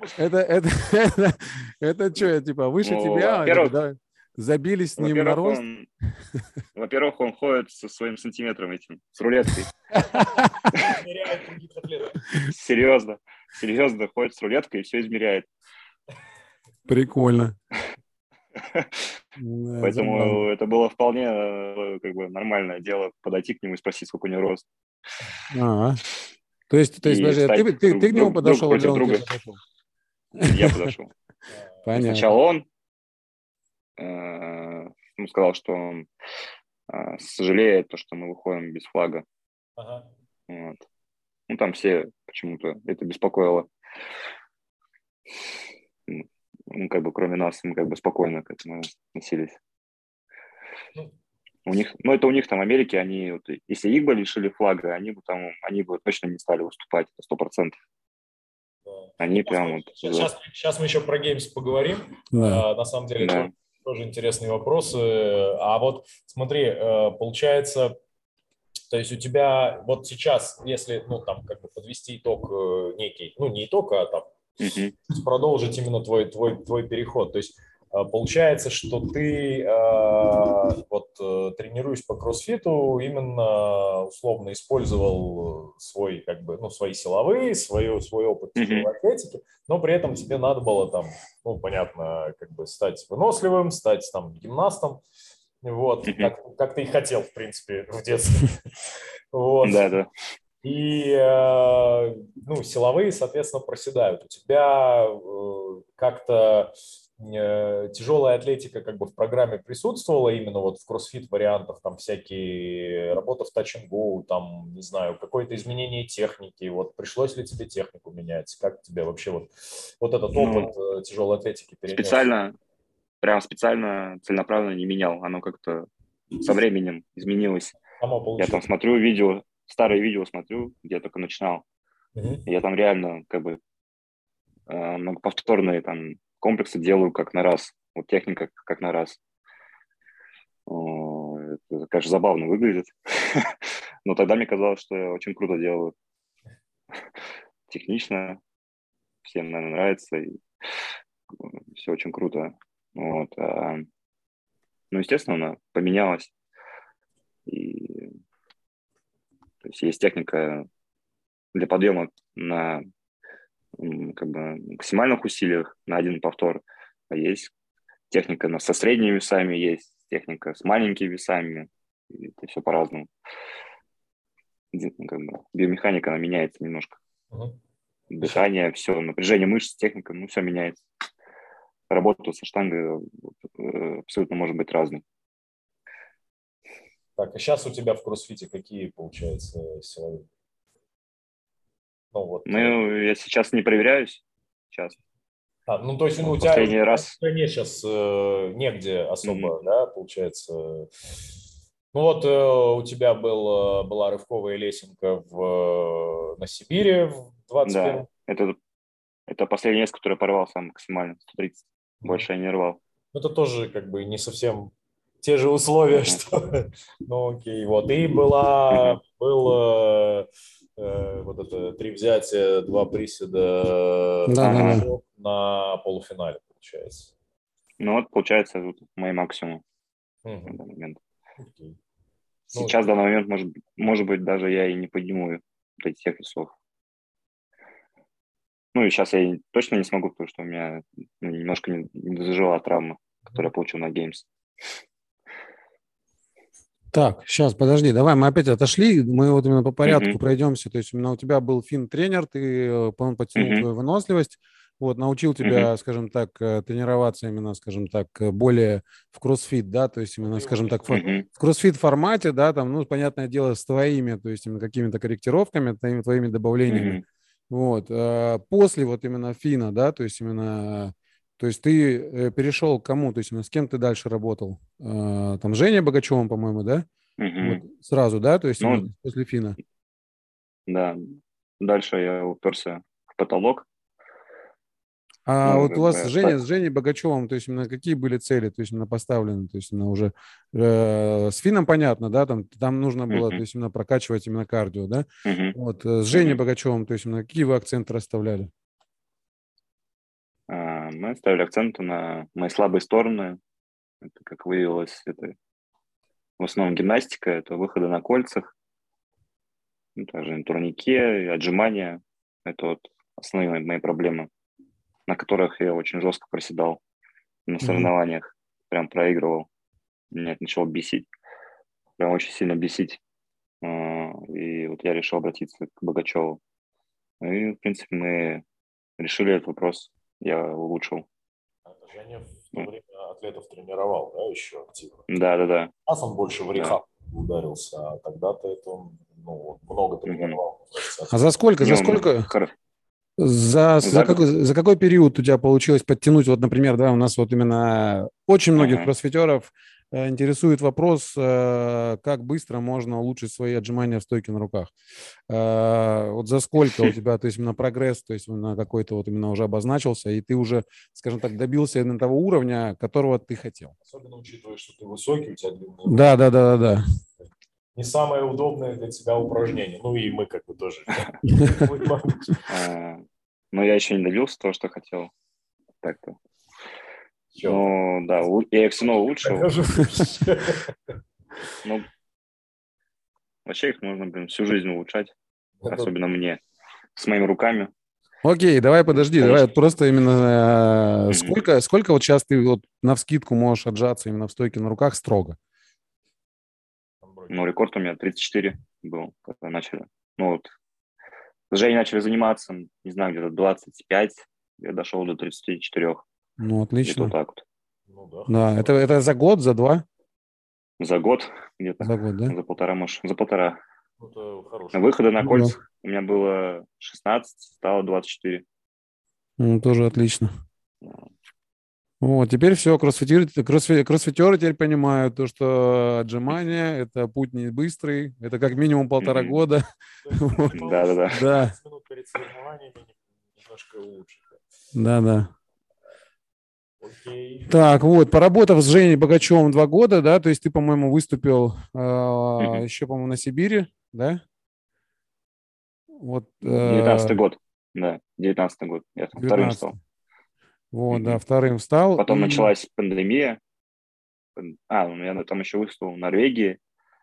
Это что, я типа выше тебя? Забились с ним на рост? Во-первых, он ходит со своим сантиметром этим, с рулеткой. Серьезно ходит с рулеткой и все измеряет. Прикольно. Поэтому это было вполне как бы нормальное дело подойти к нему и спросить, сколько у него рост. То есть подожди, ты к нему подошел или он к тебе подошел? Я подошел. Понятно. Сначала он сказал, что он сожалеет, то, что мы выходим без флага. Ага. Вот. Ну, там все почему-то это беспокоило. Ну, как бы кроме нас, мы как бы спокойно к этому относились. Это у них там в Америке, они, вот, если их бы лишили флага, они бы точно не стали выступать, это 100%. Да. Они прям сейчас мы еще про геймс поговорим. Да. На самом деле тоже интересные вопросы. А вот смотри, получается, то есть у тебя вот сейчас, если, ну, там, как бы подвести итог некий, ну, не итог, а там продолжить именно твой переход. То есть получается, что ты тренируясь по кроссфиту, именно условно использовал свой, как бы, ну, свои силовые, свой опыт тяжелой атлетики, но при этом тебе надо было там, ну, понятно, как бы стать выносливым, стать там гимнастом, вот, как ты и хотел, в принципе, в детстве. Вот. Да. И, ну, силовые, соответственно, проседают. У тебя как-то тяжелая атлетика как бы в программе присутствовала именно вот в кроссфит вариантах, там всякие работа в touch and go, там, не знаю, какое-то изменение техники, вот пришлось ли тебе технику менять, как тебе вообще вот этот опыт тяжелой атлетики перенес? Специально, целенаправленно не менял, оно как-то со временем изменилось. Я там смотрю видео старые видео смотрю, где я только начинал. Я там реально как бы многоповторные там комплексы делаю как на раз. Вот техника как на раз. Это, конечно, забавно выглядит. Но тогда мне казалось, что я очень круто делаю. Технично. Всем, наверное, нравится. И все очень круто. Вот. Ну, естественно, она поменялась. И, то есть техника для подъема на как бы максимальных усилиях на один повтор. А есть техника со средними весами, есть техника с маленькими весами. И это все по-разному. Как бы биомеханика, она меняется немножко. Дыхание, все, напряжение мышц, техника, ну, все меняется. Работа со штангой абсолютно может быть разной. Так, а сейчас у тебя в кроссфите какие, получается, силовые? Ну, я сейчас не проверяюсь. Сейчас. Ну, то есть у тебя последний раз... в стране сейчас негде особо, да, получается. Ну, вот у тебя была рывковая лесенка на Сибири в 21-м. Да, это последний вес, который порвал сам максимально, 130. Больше я не рвал. Это тоже как бы не совсем те же условия, что... Ну, окей, вот. И было вот это 3 взятия, 2 приседа на полуфинале, получается. Ну вот, получается, вот мой максимум на данный момент. Сейчас, в данный момент, может быть, даже я и не подниму этих весов. Ну и сейчас я точно не смогу, потому что у меня немножко не зажила травма, которую я получил на Games. Так, сейчас, подожди, давай мы опять отошли, мы вот именно по порядку пройдемся. То есть именно у тебя был фин-тренер, ты, по-моему, подтянул твою выносливость, вот, научил тебя, скажем так, тренироваться именно, скажем так, более в кроссфит, да, то есть именно, скажем так, в кроссфит формате, да, там, ну, понятное дело, с твоими, то есть именно какими-то корректировками, твоими добавлениями. Вот, после вот именно фина, да, то есть именно... То есть ты перешел к кому? То есть с кем ты дальше работал? Там Женя Богачевым, по-моему, да? Вот, сразу, да? То есть после фина? Да. Дальше я уперся в потолок. Вот у вас с Женей Богачевым, то есть именно какие были цели, то есть именно поставлены? То есть именно уже с фином понятно, да? Там нужно было, то есть именно прокачивать именно кардио, да? Вот с Женей Богачевым, то есть именно какие вы акценты расставляли? Мы ставили акценты на мои слабые стороны. Это, как выявилось, это в основном гимнастика, это выходы на кольцах, даже на турнике, отжимания. Это вот основные мои проблемы, на которых я очень жестко проседал на соревнованиях. Прям проигрывал. Меня это начало бесить. Прям очень сильно бесить. И вот я решил обратиться к Богачеву. И, в принципе, мы решили этот вопрос. Я улучшил. Женя в то время атлетов тренировал, да, еще активно? Да. А он больше в рехаб ударился, а тогда-то это он много тренировал. А за сколько? За какой период у тебя получилось подтянуть? Вот, например, да, у нас вот именно очень многих кроссфитеров интересует вопрос, как быстро можно улучшить свои отжимания в стойке на руках. Вот за сколько у тебя, то есть именно прогресс, то есть на какой-то вот именно уже обозначился, и ты уже, скажем так, добился именно того уровня, которого ты хотел. Особенно учитывая, что ты высокий, у тебя длинные. Да. Не самое удобное для тебя упражнение. Ну и мы как бы тоже. Но я еще не добился того, что хотел. Так-то. Ну, да, я их все равно улучшил. Ну, вообще их можно, всю жизнь улучшать. Особенно мне. С моими руками. Окей, давай подожди, давай просто именно сколько вот сейчас ты вот навскидку можешь отжаться именно в стойке на руках строго? Ну, рекорд у меня 34 был, когда начали. Ну, вот. С Женей начали заниматься, не знаю, где-то 25, я дошел до 34. Ну, отлично. Вот так вот. Ну, да, это за год, за два? За год где-то. За год, да? За полтора, может, за полтора. Это выхода на кольцах у меня было 16, стало 24. Ну, тоже отлично. Вот, теперь все, кроссфитеры теперь понимают, то, что отжимания– это путь не быстрый, это как минимум 1,5 года. То есть Вот, Да-да-да. да, 15 минут перед соревнованиями немножко улучшить. да. Окей. Так, вот, поработав с Женей Богачевым 2 года, да, то есть ты, по-моему, выступил еще, по-моему, на Сибири, да? Вот, 19-й год. Да, 19-й год. Я там вторым 19. стал. Вот, да, Мгм. вторым стал. Потом И началась пандемия. Ну я там еще выступил в Норвегии.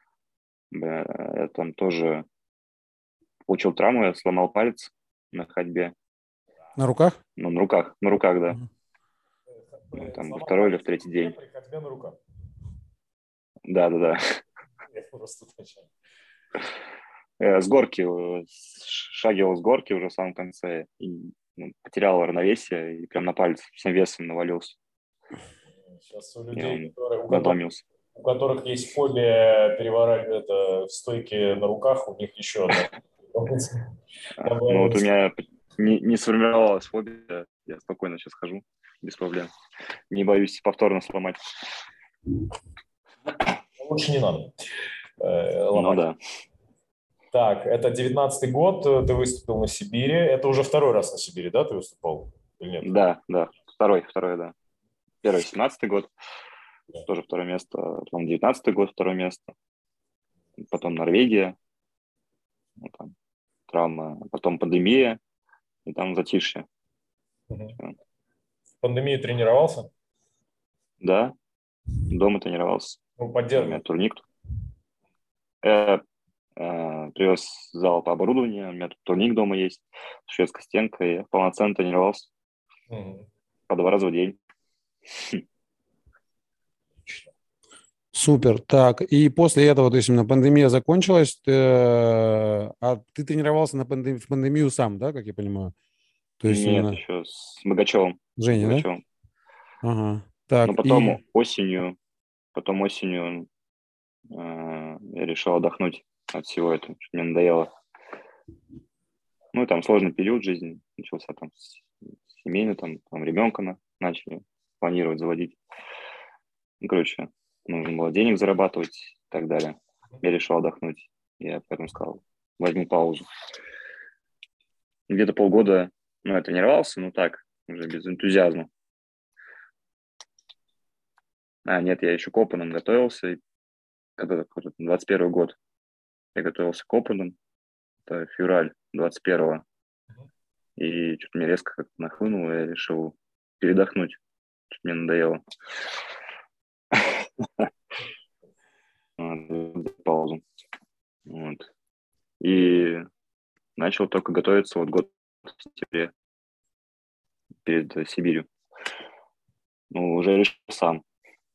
Я там тоже получил травму, я сломал палец на ходьбе. на руках? Ну, на руках, да. Мгм. Ну, там во Сломал второй или в палец в третий руке день. при ходьбе на руках. Да-да-да. Я просто уточняю. С горки, шагивал с горки уже в самом конце. И потерял равновесие и прям на палец всем весом навалился. Сейчас у И людей, он надломился. у которых есть фобия переворачивать это в стойке на руках, у них еще одна. Ну вот у Добавилась. меня не сформировалась фобия. Я спокойно сейчас хожу, без проблем. Не боюсь повторно сломать. Лучше не надо Ну ломать. да. Так, это 19-й год, ты выступил на Сибири. Это уже второй раз на Сибири, да, ты выступал? Или нет? Да. Второй, да. Первый 17-й год, тоже второе место. Потом 19-й год, второе место. Потом Норвегия, ну, там, травма. Потом пандемия, и там затишье. Мгм. В пандемию тренировался? Да, дома тренировался. Ну, У меня поддерживал. турник. Я привез зал по оборудованию, у меня тут турник дома есть, шведская стенка, и я полноценно тренировался Мгм. по 2 раза в день. Супер. Так, и после этого, то есть именно пандемия закончилась, а ты тренировался в пандемию сам, да, как я понимаю? То есть Нет, именно еще с Богачевым. С Женя, да? Богачевым. Ага. Но Так, потом и осенью, я решил отдохнуть от всего этого, что мне надоело. Ну, там сложный период жизни начался, там семейный, там ребенка начали планировать, заводить. Ну, короче, нужно было денег зарабатывать и так далее. Я решил отдохнуть. Я поэтому сказал, возьму паузу. Где-то полгода, я тренировался, так, уже без энтузиазма. Нет, я еще к опенам готовился. Это какой-то 21 год. Я готовился к опенам. Это февраль 21-го. И что-то мне резко как-то нахлынуло, я решил передохнуть. Что-то мне надоело. Паузу. Вот. И начал только готовиться год в сентябре перед Сибирью. Уже решил сам.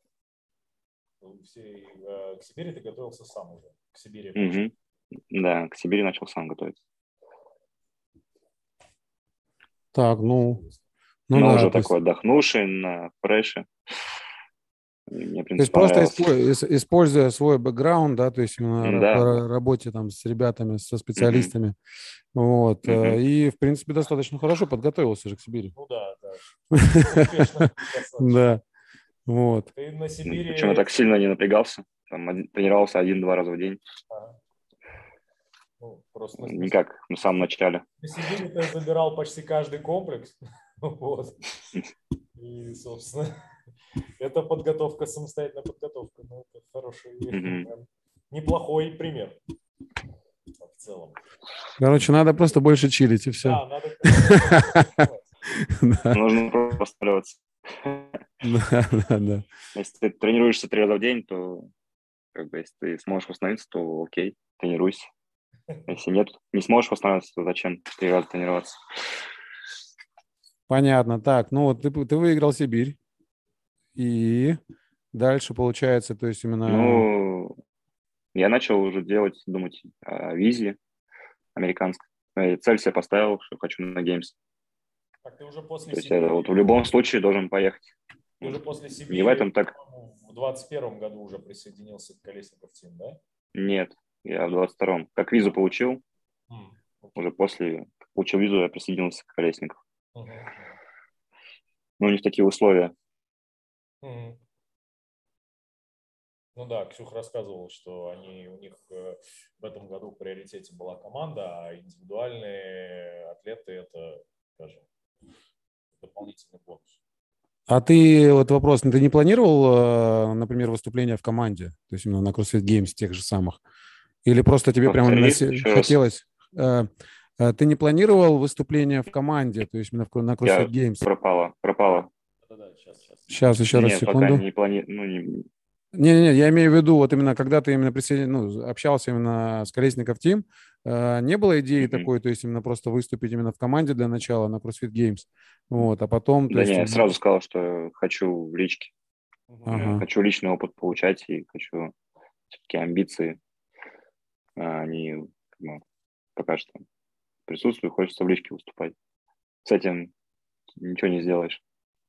К Сибири ты готовился сам уже. К Сибири. Угу. Да, к Сибири начал сам готовиться. так, ну Но да, уже то есть, такой отдохнувший, на фреше. И мне, в то есть принципе, просто понравилось. используя свой бэкграунд, да, то есть именно Да. по работе там с ребятами, со Угу. специалистами, вот, Угу. и, в принципе, достаточно хорошо подготовился же к Сибири. Ну да. Успешно достаточно. Да, вот. Ты на Причем я Сибири... так сильно не напрягался. Тренировался 1-2 раза в день. Ага. Просто Никак в самом начале. на Сибири ты забирал почти каждый комплекс. Вот. И, собственно, это подготовка, самостоятельная подготовка. Ну, это хороший, неплохой пример в целом. Короче, надо просто больше чилить, и все. Да, надо... Нужно просто восстанавливаться. Да. Если ты тренируешься 3 раза в день, то если ты сможешь восстановиться, то окей, тренируйся. Если нет, не сможешь восстанавливаться, то зачем 3 раза тренироваться? Понятно. Так, ну вот ты выиграл Сибирь. И дальше получается, то есть именно... Я начал уже думать о визе американской. Цель себе поставил, что хочу на Games. Так ты уже после То есть я Сибири... в любом случае должен поехать. Ты уже после Не в этом Сибири, так. в 21 году уже присоединился к Колесников Тим, да? Нет, я в 22-м. Как визу получил, уже после получил визу, я присоединился к Колесников. У них такие условия. Мгм. Ну да, Ксюха рассказывала, что у них в этом году в приоритете была команда, а индивидуальные атлеты – это, скажем, дополнительный бонус. А ты, вот вопрос, ты не планировал, например, выступление в команде, то есть именно на CrossFit Games тех же самых? Или просто тебе прямо Повтори еще раз. хотелось? Ты не планировал выступление в команде, то есть именно на CrossFit Я Games? пропала. Да-да, сейчас. Сейчас, еще раз, Нет, пока секунду. не планирую. Ну, не... Не-не-не, я имею в виду, вот именно когда ты именно общался именно с Колесников Team, не было идеи Мгм. такой, то есть именно просто выступить именно в команде для начала на CrossFit Games, вот, а потом, то Да есть не, я именно... сразу сказал, что хочу в личке. Мгм. Ага. Хочу личный опыт получать и хочу все-таки амбиции. Они пока что присутствуют, хочется в личке выступать. С этим ничего не сделаешь.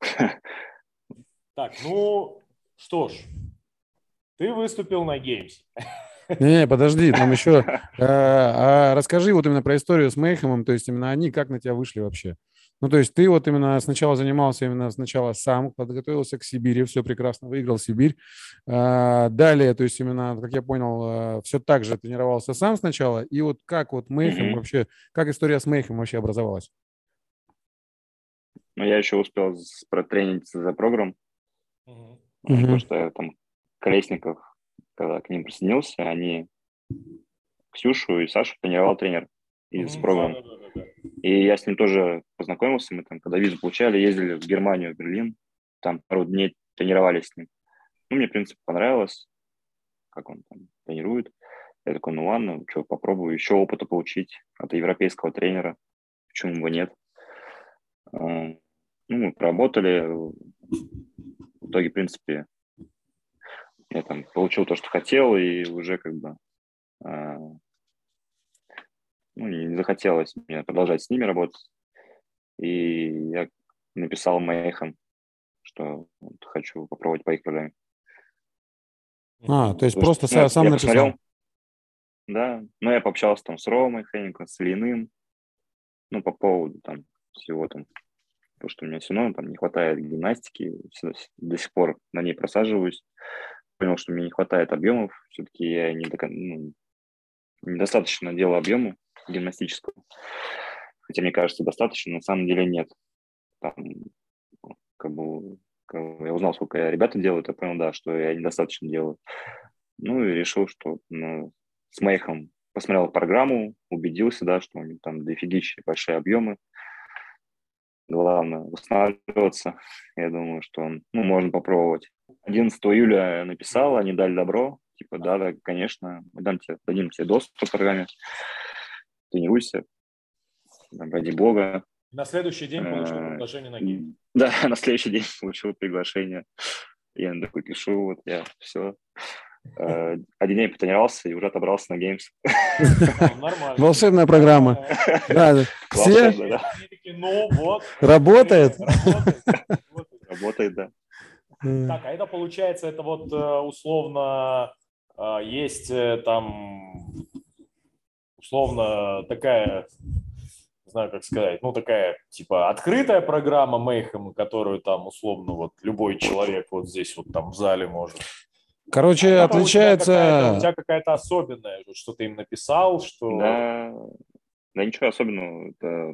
Так, ну что ж, ты выступил на Games. Не, подожди, там еще... расскажи вот именно про историю с Мейхемом, то есть именно они как на тебя вышли вообще? Ну, то есть ты вот именно сначала занимался именно сначала сам, подготовился к Сибири, все прекрасно, выиграл Сибирь. Далее, то есть именно, как я понял, все так же тренировался сам сначала. И вот как вот Мейхем Мгм. вообще, как история с Мейхем вообще образовалась? Но я еще успел протрениться за программ, Мгм. потому Мгм. что там Колесников, когда к ним присоединился, они Ксюшу и Сашу тренировал тренер из Мгм. Да, программ. да, да, да, да. И я с ним тоже познакомился. Мы там, когда визу получали, ездили в Германию, в Берлин. Там пару дней тренировались с ним. Ну, мне, в принципе, понравилось, как он там тренирует. Я такой, ну ладно, что, попробую еще опыта получить от европейского тренера. Почему бы нет? Ну, мы проработали. В итоге, в принципе, я там получил то, что хотел, и уже как бы а, ну, не захотелось мне продолжать с ними работать. И я написал Мэйхам, что вот хочу попробовать по их программе. Мгм. То есть Потому что, просто ну, я, сам я написал. посмотрел, да, но я пообщался там с Ромой Хенником, с Ильиным, ну, по поводу там всего там, потому что у меня все равно там не хватает гимнастики, до сих пор на ней просаживаюсь, понял, что мне не хватает объемов, все-таки я недостаточно делаю объему гимнастического, хотя мне кажется достаточно, на самом деле нет. Там, как бы, я узнал, сколько ребята делают, я понял, да, что я недостаточно делаю. Ну и решил, что с Мейхом посмотрел программу, убедился, да, что у них там дофигища большие объемы. Главное восстанавливаться. Я думаю, что можно попробовать. 11 июля написал, они дали добро. Типа, да, конечно, дадим тебе доступ к программе. Тренируйся, там, ради бога. На следующий день получил приглашение на Games. Да, на следующий день получил приглашение. Я такой пишу, вот я все. Один день потренировался и уже отобрался на Games. Нормально. Волшебная программа. Нормально. Да, все Волшебно, да. Они такие, ну вот. работает. Работает. Работает, да. Так, а это получается, это вот условно есть там условно такая, не знаю, как сказать, ну такая типа открытая программа Mayhem, которую там условно вот любой человек вот здесь вот там в зале может. Короче, Это у отличается... тебя какая-то особенная, вот, что ты им написал, что... Да, да ничего особенного. Это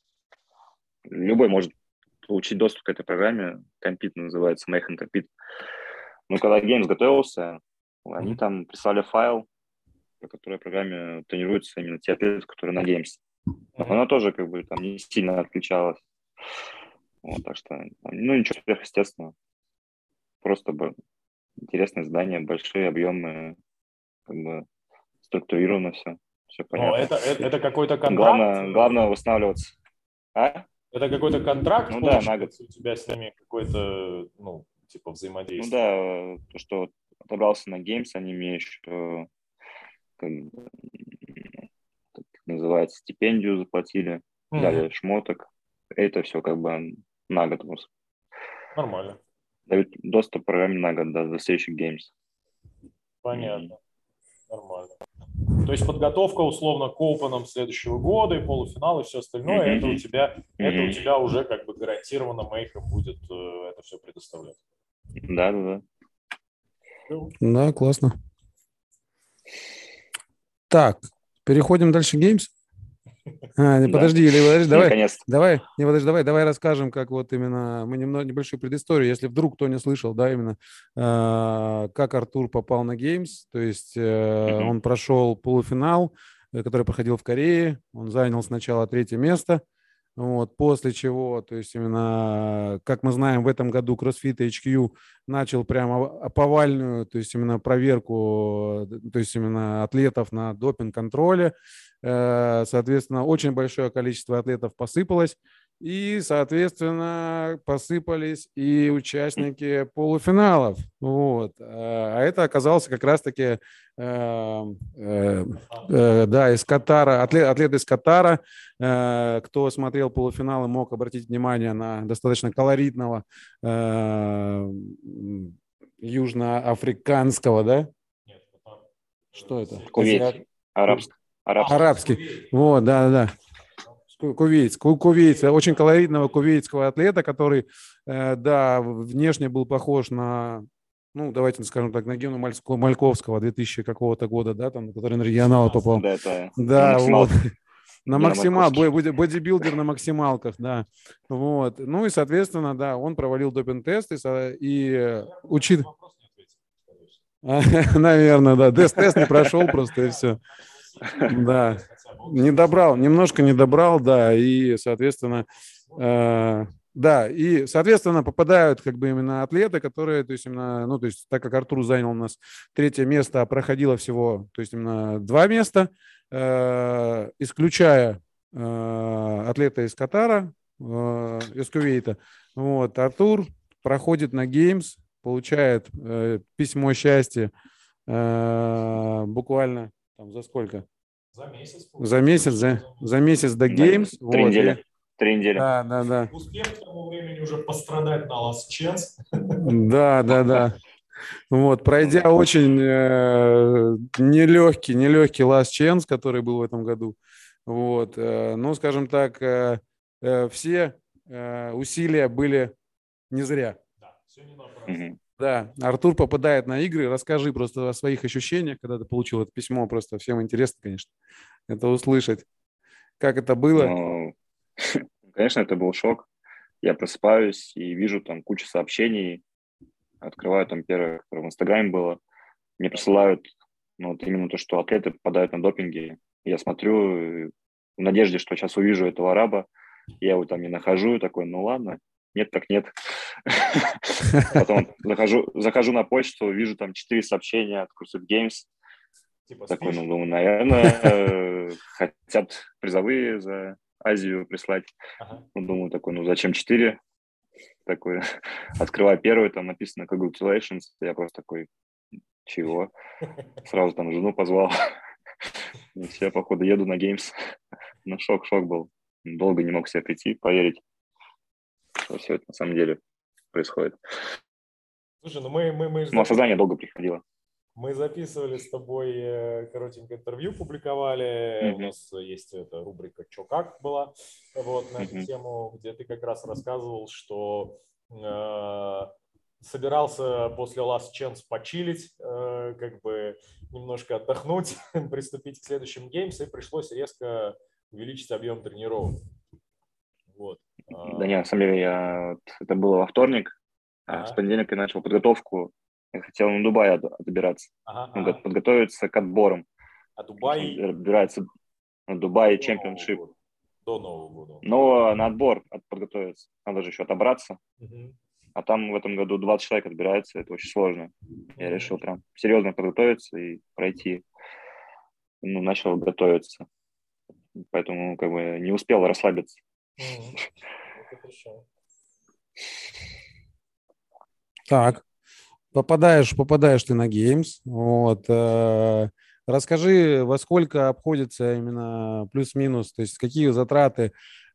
любой может получить доступ к этой программе. Компит называется, Mayhem Compete. Но когда Games готовился, они там прислали файл, по которой программе тренируются именно те атлеты, которые на Games. Но она тоже как бы там не сильно отличалась. Вот, так что, ну, ничего сверхъестественного. Просто интересное здание, большие объемы, как бы структурировано все, все Но понятно. это какой-то контракт? Главное восстанавливаться. А? Это какой-то контракт Ну да, на год. получается у тебя с ними какой-то, ну, типа Ну взаимодействие? да, то, что отобрался на Games, они мне еще, как бы, как называется, стипендию заплатили, дали шмоток. Это все как бы на год. Нормально. Дают доступ к программе на год, да, до следующих Games. Понятно. Нормально. То есть подготовка условно к опенам следующего года и полуфинал и все остальное, это у тебя уже как бы гарантированно Мейхем будет это все предоставлять. Да. Да, классно. Так, переходим дальше Games. Подожди, Наконец-то. давай расскажем, как вот именно, мы немного небольшую предысторию, если вдруг кто не слышал, да, именно как Артур попал на Games, то есть он прошел полуфинал, который проходил в Корее, он занял сначала 3-е место, вот, после чего, то есть именно, как мы знаем, в этом году CrossFit HQ начал прямо повальную, то есть именно проверку, то есть именно атлетов на допинг-контроле. Соответственно, очень большое количество атлетов посыпалось. И, соответственно, посыпались и участники полуфиналов. Вот. А это оказался как раз-таки, да, из Катара, атлет из Катара. Кто смотрел полуфиналы, мог обратить внимание на достаточно колоритного южноафриканского, да? Нет, Что это? Кувейт. Арабский. Вот, да. Кувейтс, очень колоритного кувейтского атлета, который, да, внешне был похож на, ну, давайте скажем так, на Гену Мальковского 2000 какого-то года, да, там, который на регионалы попал. Да, это да, вот. На максимал, Мальковский. бодибилдер на максималках, да. Вот. Ну и, соответственно, да, он провалил допинг-тест и учит... Наверное, да. Тест не прошел просто, и все. Да. Немножко не добрал, да, и, соответственно, да, и, соответственно, попадают как бы именно атлеты, которые, то есть именно, ну, то есть так как Артур занял у нас 3-е место, а проходило всего, то есть именно 2 места, исключая атлета из Катара, из Кувейта, вот, Артур проходит на Games, получает письмо счастья буквально там за сколько? За месяц до Games. 3 недели. 3 недели. Да. Успев к тому времени уже пострадать на Last Chance. Да. Вот, пройдя очень нелегкий Last Chance, который был в этом году. Вот, ну, скажем так, все усилия были не зря. Да, все не напрасно. Да, Артур попадает на игры. Расскажи просто о своих ощущениях, когда ты получил это письмо. Просто всем интересно, конечно, это услышать. Как это было? Ну, конечно, это был шок. Я просыпаюсь и вижу там кучу сообщений. Открываю там первое, которое в Инстаграме было. Мне присылают вот именно то, что атлеты попадают на допинги. Я смотрю в надежде, что сейчас увижу этого араба. Я его там не нахожу. Такой, ну ладно, нет так нет. Потом захожу на почту, вижу там 4 сообщения от CrossFit Games. Такой, ну, думаю, наверное, хотят призовые за Азию прислать. Ну, думаю, такой, ну, зачем 4? Такой, открываю первый, там написано congratulations. Я просто такой, чего? Сразу там жену позвал. И все, походу, еду на Games. Ну, шок был. Долго не мог себе прийти, поверить, что все это на самом деле происходит. Слушай, ну мы осознание долго приходило. Мы записывали с тобой коротенькое интервью, публиковали. У нас есть эта рубрика «Чё как» была вот, на эту тему, где ты как раз рассказывал, что собирался после Last Chance почилить, как бы немножко отдохнуть, приступить к следующим Games, и пришлось резко увеличить объем тренировок. Вот. Да нет, на самом деле, это было во вторник, а в понедельник я начал подготовку. Я хотел на Дубай добираться, подготовиться к отборам. А Дубай? Добирается на Дубай Чемпионшип. До Нового года. Но на отбор подготовиться. Надо же еще отобраться. А там в этом году 20 человек отбирается. Это очень сложно. Я решил прям серьезно подготовиться и пройти. Ну, начал готовиться. Поэтому как бы не успел расслабиться. Так. Попадаешь ты на Games. Вот. Расскажи, во сколько обходится именно плюс-минус, то есть какие затраты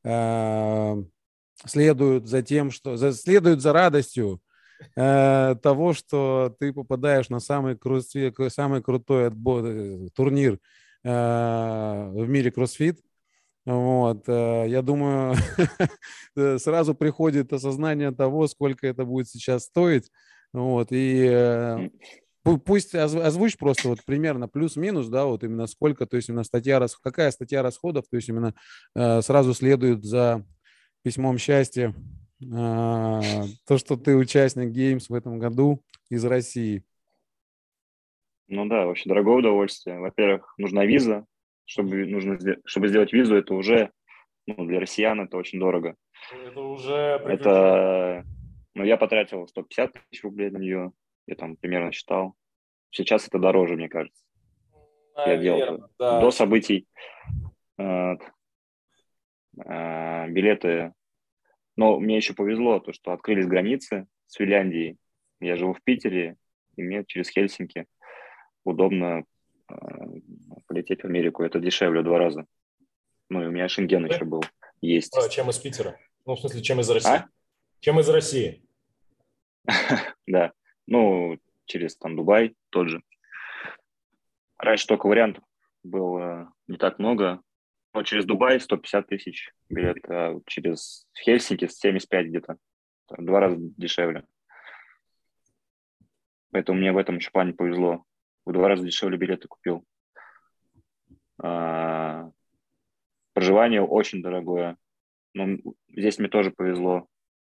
следуют за радостью того, что ты попадаешь на самый крутой турнир в мире кроссфит. Вот, я думаю, сразу приходит осознание того, сколько это будет сейчас стоить. Вот, и пусть озвучь просто вот примерно плюс-минус, да, вот именно сколько, то есть именно какая статья расходов, то есть именно сразу следует за письмом счастья то, что ты участник Games в этом году из России. Ну да, вообще дорогое удовольствие. Во-первых, нужна виза. Чтобы сделать визу, это уже, ну, для россиян это очень дорого. Это уже приключение. Это, ну, я потратил 150 тысяч рублей на нее. Я там примерно считал. Сейчас это дороже, мне кажется. Я делал это Наверное, да. до событий. Билеты. Но мне еще повезло, то, что открылись границы с Финляндией. Я живу в Питере, и мне через Хельсинки удобно полететь в Америку. Это дешевле в 2 раза. Ну, и у меня Шенген еще был. Есть. Чем из Питера? Ну, в смысле, чем из России? А? Чем из России? Да. Ну, через там Дубай тот же. Раньше только вариантов было не так много. Но через Дубай 150 тысяч билет, а через Хельсинки 75 где-то. В 2 раза дешевле. Поэтому мне в этом еще плане повезло. В 2 раза дешевле билеты купил. Проживание очень дорогое. Но здесь мне тоже повезло.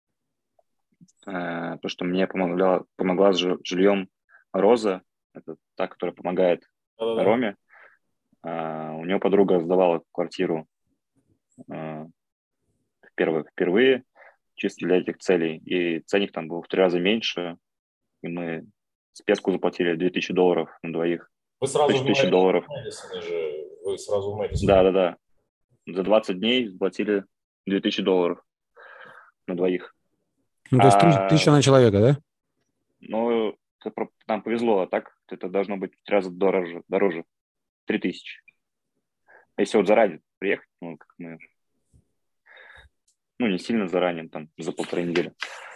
То, что мне помогла с жильем Роза. Это та, которая помогает Роме. У нее подруга сдавала квартиру впервые, чисто для этих целей. И ценник там был в 3 раза меньше. И мы спецку заплатили $2000 на двоих. Вы сразу в $1000. Мэдисоне же. Вы сразу в Мэдисоне. Да. За 20 дней заплатили $2000 на двоих. Ну, то есть 1000 на человека, да? Ну, нам повезло, а так это должно быть в 3 раза дороже. 3000. Если вот заранее приехать, ну, как мы... Ну, не сильно заранее, там, за 1,5 недели.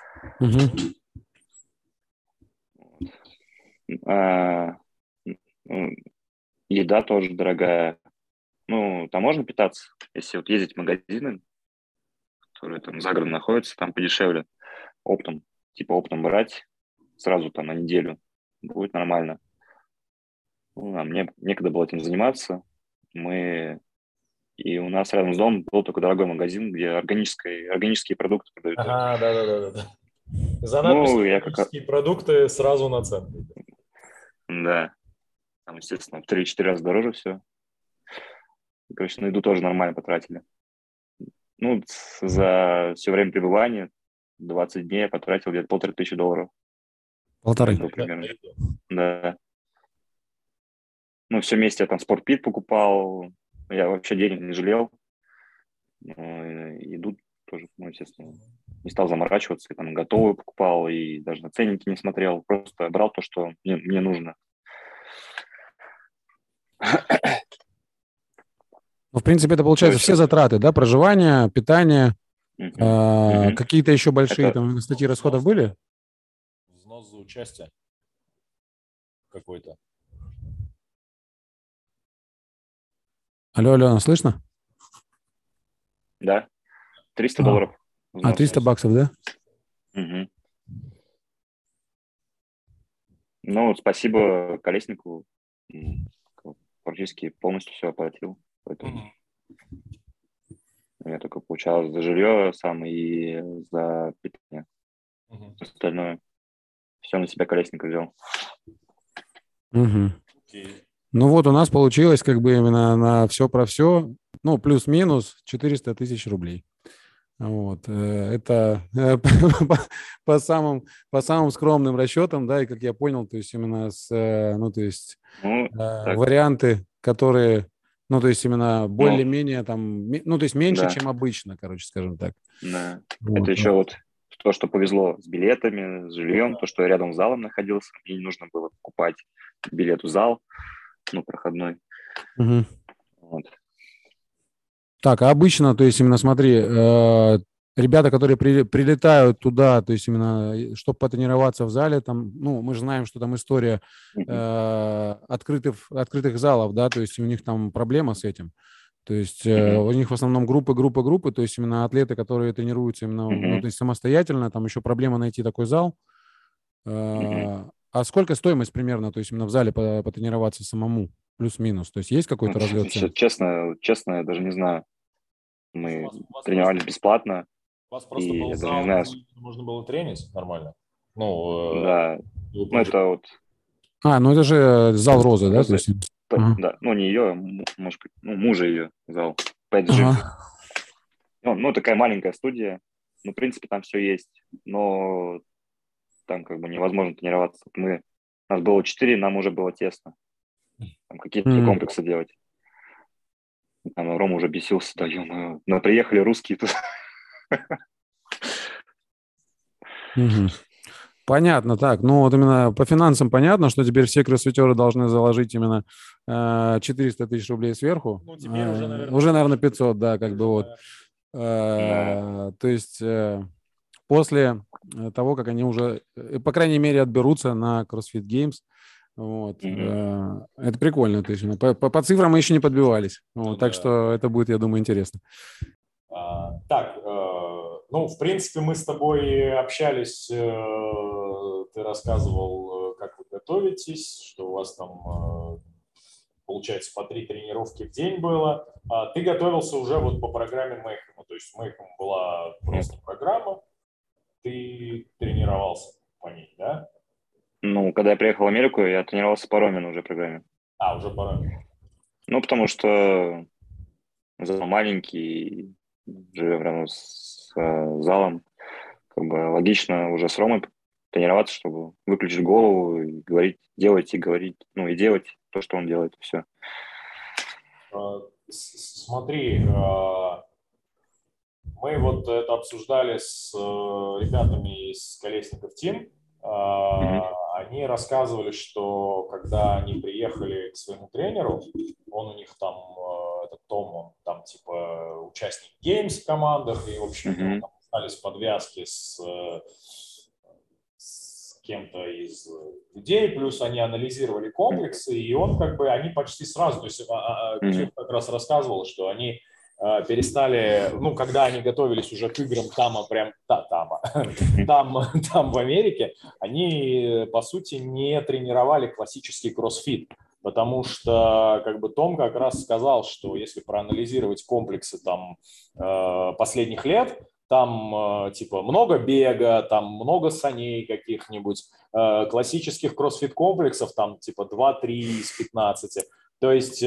Еда тоже дорогая. Ну, там можно питаться, если вот ездить в магазины, которые там за городом находятся, там подешевле. Оптом брать сразу там на неделю. Будет нормально. Ну, а мне некогда было этим заниматься. И у нас рядом с домом был такой дорогой магазин, где органические продукты продают. Ага, да. За Ну, надписью «Органические продукты» сразу наценка. Да. Там, естественно, в 3-4 раза дороже все. Короче, на еду тоже нормально потратили. Ну, за все время пребывания 20 дней я потратил где-то $1500. 1,5. Примерно. Да. Ну, все вместе я там спортпит покупал. Я вообще денег не жалел. Еду тоже, ну, естественно, не стал заморачиваться. Я там готовую покупал и даже на ценники не смотрел. Просто брал то, что мне нужно. Ну, в принципе, это получается все затраты, да? Проживание, питание, какие-то еще большие там статьи расходов были? Взнос за участие какой-то. Алло, слышно? Да, $300. $300, да? Угу. Ну, спасибо Колеснику. Практически полностью все оплатил. Поэтому я только получал за жилье сам и за питание. Остальное все на себя Колесник взял. Ну вот у нас получилось как бы именно на все про все, ну плюс-минус 400 тысяч рублей. Вот. Это по самым скромным расчетам, да, и как я понял, то есть именно варианты, которые, ну, то есть именно более-менее там, ну, то есть меньше, чем обычно, короче, скажем так. Да. Вот. Это еще вот то, что повезло с билетами, с жильем, то, что я рядом с залом находился, мне не нужно было покупать билет в зал, ну, проходной. Вот. Так, а обычно, то есть именно смотри, ребята, которые прилетают туда, то есть именно, чтобы потренироваться в зале, там, ну, мы же знаем, что там история открытых залов, да, то есть у них там проблема с этим. То есть у них в основном группы, то есть именно атлеты, которые тренируются именно, ну, то есть самостоятельно, там еще проблема найти такой зал. А сколько стоимость примерно, то есть именно в зале потренироваться самому, плюс-минус? То есть есть какой-то разлет цен? Честно, я даже не знаю. Мы У вас тренировались бесплатно, просто и был я даже не зал, знаю, где можно было тренить нормально. Ну, да, ну это вот Ну это же зал Розы, да? То Розы, есть... Ага. да, ну не ее, может быть, ну мужа ее зал, Pet Gym. Ага. Ну, такая маленькая студия, ну, в принципе, там все есть, но там как бы невозможно тренироваться. Нас было 4, нам уже было тесно, там какие-то М. комплексы делать. Там Рома уже бесился, да, ё-моё, но приехали русские тут. Мгм. Понятно, так. Ну, вот именно по финансам понятно, что теперь все кроссфитеры должны заложить именно 400 тысяч рублей сверху. ну теперь уже, наверное, Уже, наверное, 500, да, как бы вот. наверное. Да. То есть после того, как они уже, по крайней мере, отберутся на CrossFit Games, вот, Мгм. это прикольно. То есть по цифрам мы еще не подбивались. Ну Вот, так да. что это будет, я думаю, интересно. Так, ну, в принципе, мы с тобой общались, ты рассказывал, как вы готовитесь, что у вас там, получается, по 3 тренировки в день было. Ты готовился уже вот по программе Mayhem, то есть Mayhem была Нет. просто программа, ты тренировался по ней, да? Ну, когда я приехал в Америку, я тренировался по Ромину уже программе. Уже пора. Ну, потому что зал маленький, живем рядом с залом. Как бы логично уже с Ромой тренироваться, чтобы выключить голову и говорить, делать и говорить, ну и делать то, что он делает, все. Смотри, мы вот это обсуждали с ребятами из Колесников Тим. Угу. Они рассказывали, что когда они приехали к своему тренеру, он у них там, этот Том, он там типа участник Games в командах, и, в общем, у него Угу. там остались подвязки с кем-то из людей, плюс они анализировали комплексы, и он как бы, они почти сразу, то есть Угу. Ксюша как раз рассказывала, что они перестали, ну, когда они готовились уже к играм там в Америке, они, по сути, не тренировали классический кроссфит, потому что, как бы, Том как раз сказал, что если проанализировать комплексы там последних лет, там, типа, много бега, там много саней каких-нибудь, классических кроссфит-комплексов, там, типа, 2-3 из 15. То есть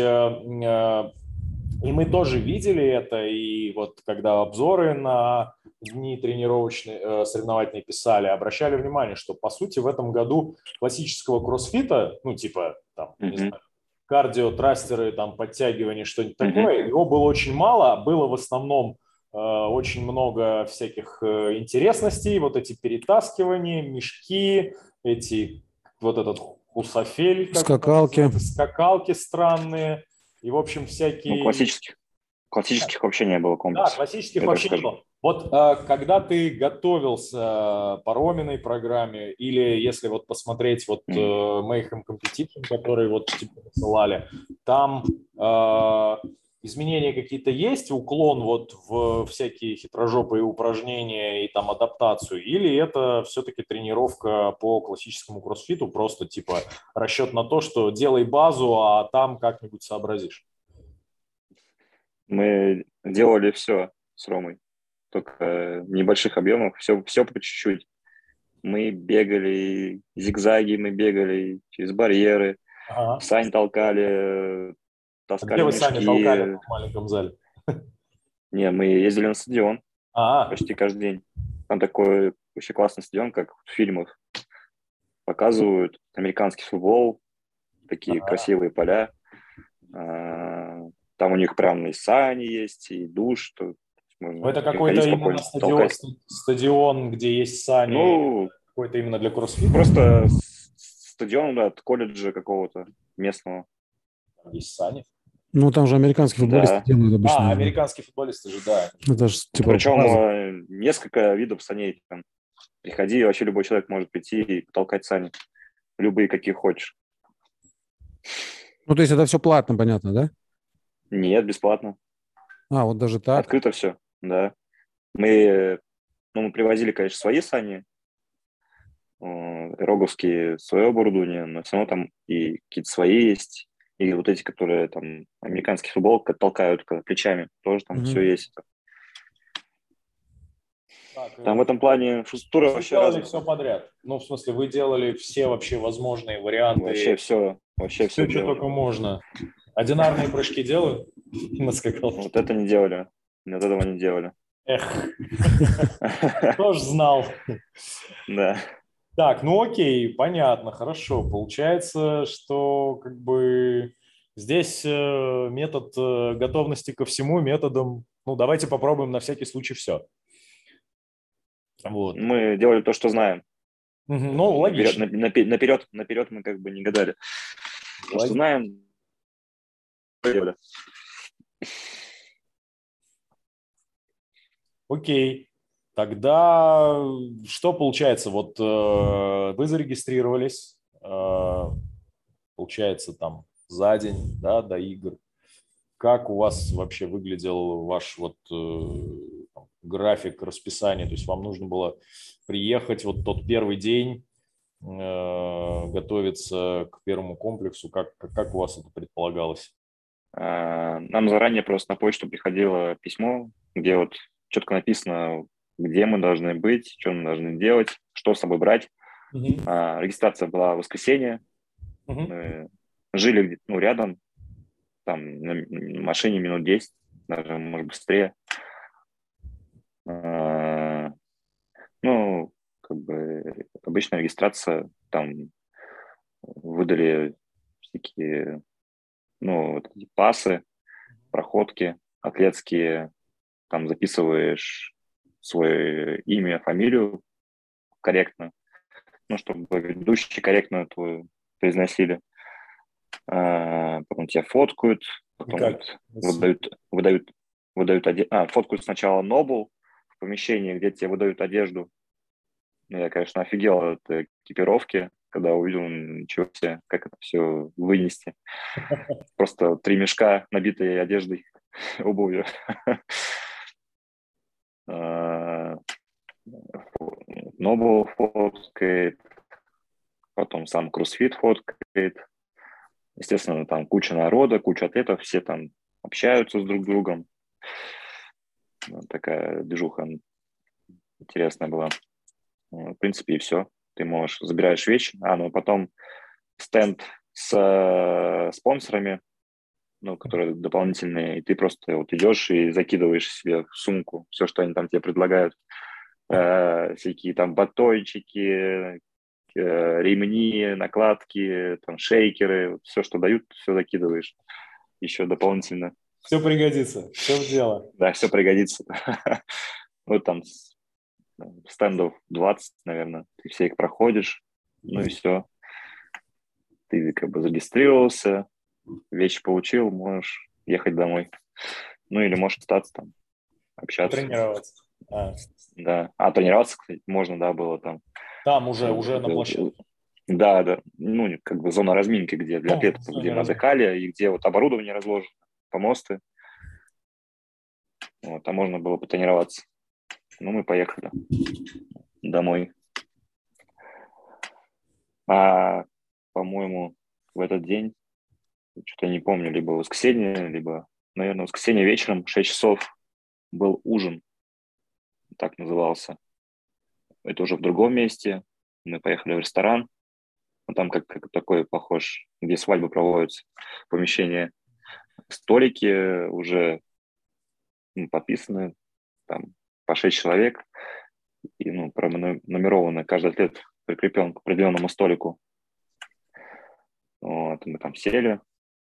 и мы тоже видели это, и вот когда обзоры на дни тренировочные, соревновательные писали, обращали внимание, что, по сути, в этом году классического кроссфита, ну, типа, там, не Угу. знаю, кардио, трастеры, там, подтягивания, что-нибудь Угу. такое, его было очень мало, было в основном очень много всяких интересностей, вот эти перетаскивания, мешки, эти, вот этот хусафель, как он там Скакалки. называется, скакалки странные, и, в общем, Ну, всякие... классических вообще не было Да, комплексов, классических я так вообще не скажу. было. Вот когда ты готовился по Роминой программе, или если вот посмотреть вот Mayhem Competition, который вот тебе посылали, там изменения какие-то есть, уклон вот в всякие хитрожопые упражнения и там адаптацию, или это все-таки тренировка по классическому кроссфиту, просто типа расчет на то, что делай базу, а там как-нибудь сообразишь? Мы делали все с Ромой, только небольших объемов, все по чуть-чуть. Мы бегали, зигзаги мы бегали через барьеры, Ага. сань толкали, А где таскали вы сами толкали мешки. в маленьком зале? Не, мы ездили на стадион А, почти каждый день. Там такой вообще классный стадион, как в фильмах показывают. Американский футбол, такие красивые поля. Там у них прям и сани есть, и душ, что ну, можно это какой-то приходить именно спокойно, толкать. стадион, где есть сани, Ну, какой-то именно для кроссфита, просто стадион, да, от колледжа какого-то местного. там есть сани. Ну, там же американские футболисты Да. делают обычно. Американские футболисты же, да. Это же Ну, типа причем база. несколько видов саней. Там. Приходи, вообще любой человек может прийти и толкать сани. Любые, какие хочешь. Ну, то есть это все платно, понятно, да? Нет, бесплатно. Вот даже так. Открыто все, да. Мы привозили, конечно, свои сани, роговские свое оборудование, но все равно там и какие-то свои есть, и вот эти, которые там американский футбол толкают плечами, тоже там все есть. Так, Там в этом плане инфраструктура вы вообще делали развита. все подряд. Ну, в смысле, вы делали все вообще возможные варианты, Вообще все все, что делали. только можно. Одинарные прыжки делают на скакалке? Вот это не делали. Вот этого не делали. Эх, тоже знал. Да. Так, ну окей, понятно, хорошо. Получается, что как бы здесь метод готовности ко всему методом, ну, давайте попробуем на всякий случай все. Вот. Мы делали то, что знаем. Ну, логично. Наперед мы как бы не гадали. То, что знаем, делали. Окей. Тогда что получается? Вот вы зарегистрировались, получается, там за день, да, до игр. Как у вас вообще выглядел ваш вот график расписания? То есть вам нужно было приехать вот тот первый день, готовиться к первому комплексу. Как у вас это предполагалось? Нам заранее просто на почту приходило письмо, где вот четко написано, где мы должны быть, что мы должны делать, что с собой брать. Регистрация была в воскресенье. Мы жили рядом, там на машине минут 10, даже, может, быстрее. Ну, как бы обычная регистрация, там выдали всякие, ну, вот эти пасы, проходки атлетские, там записываешь свое имя, фамилию корректно, ну, чтобы ведущие корректно твою произносили. Потом тебя фоткают, потом выдают одежду. Фоткают сначала Нобл в помещении, где тебе выдают одежду. Я, конечно, офигел от экипировки, когда увидел, ничего себе, как это все вынести. Просто 3 мешка, набитые одеждой, обувью. Нобл фоткает, потом сам кроссфит фоткает. Естественно, там куча народа, куча атлетов, все там общаются с друг другом. Такая движуха интересная была. В принципе, и все. Ты забираешь вещи, но потом стенд с спонсорами, ну, которые дополнительные, и ты просто вот идешь и закидываешь себе в сумку все, что они там тебе предлагают. Всякие там батончики, ремни, накладки, там шейкеры, все, что дают, все закидываешь еще дополнительно. Все пригодится, все в дело. Да, все пригодится. Вот там стендов 20, наверное, ты все их проходишь, ну и все. Ты как бы зарегистрировался, вещи получил, можешь ехать домой. Ну или можешь остаться там, общаться. Тренироваться. Да. Тренироваться, кстати, можно, да, было там. Там уже на площадке. Да. Ну, как бы зона разминки, где для атлетов, где мы отдыхали, и где вот оборудование разложено, помосты. Вот, там можно было потренироваться. Ну, мы поехали домой. По-моему, в этот день, что-то я не помню, либо воскресенье, либо, наверное, воскресенье вечером, 6 часов был ужин, так назывался. Это уже в другом месте. Мы поехали в ресторан. Там как такой похож, где свадьбы проводятся, помещение. Столики уже подписаны, там по 6 человек. И пронумерованы. Каждый атлет прикреплен к определенному столику. Вот, мы там сели.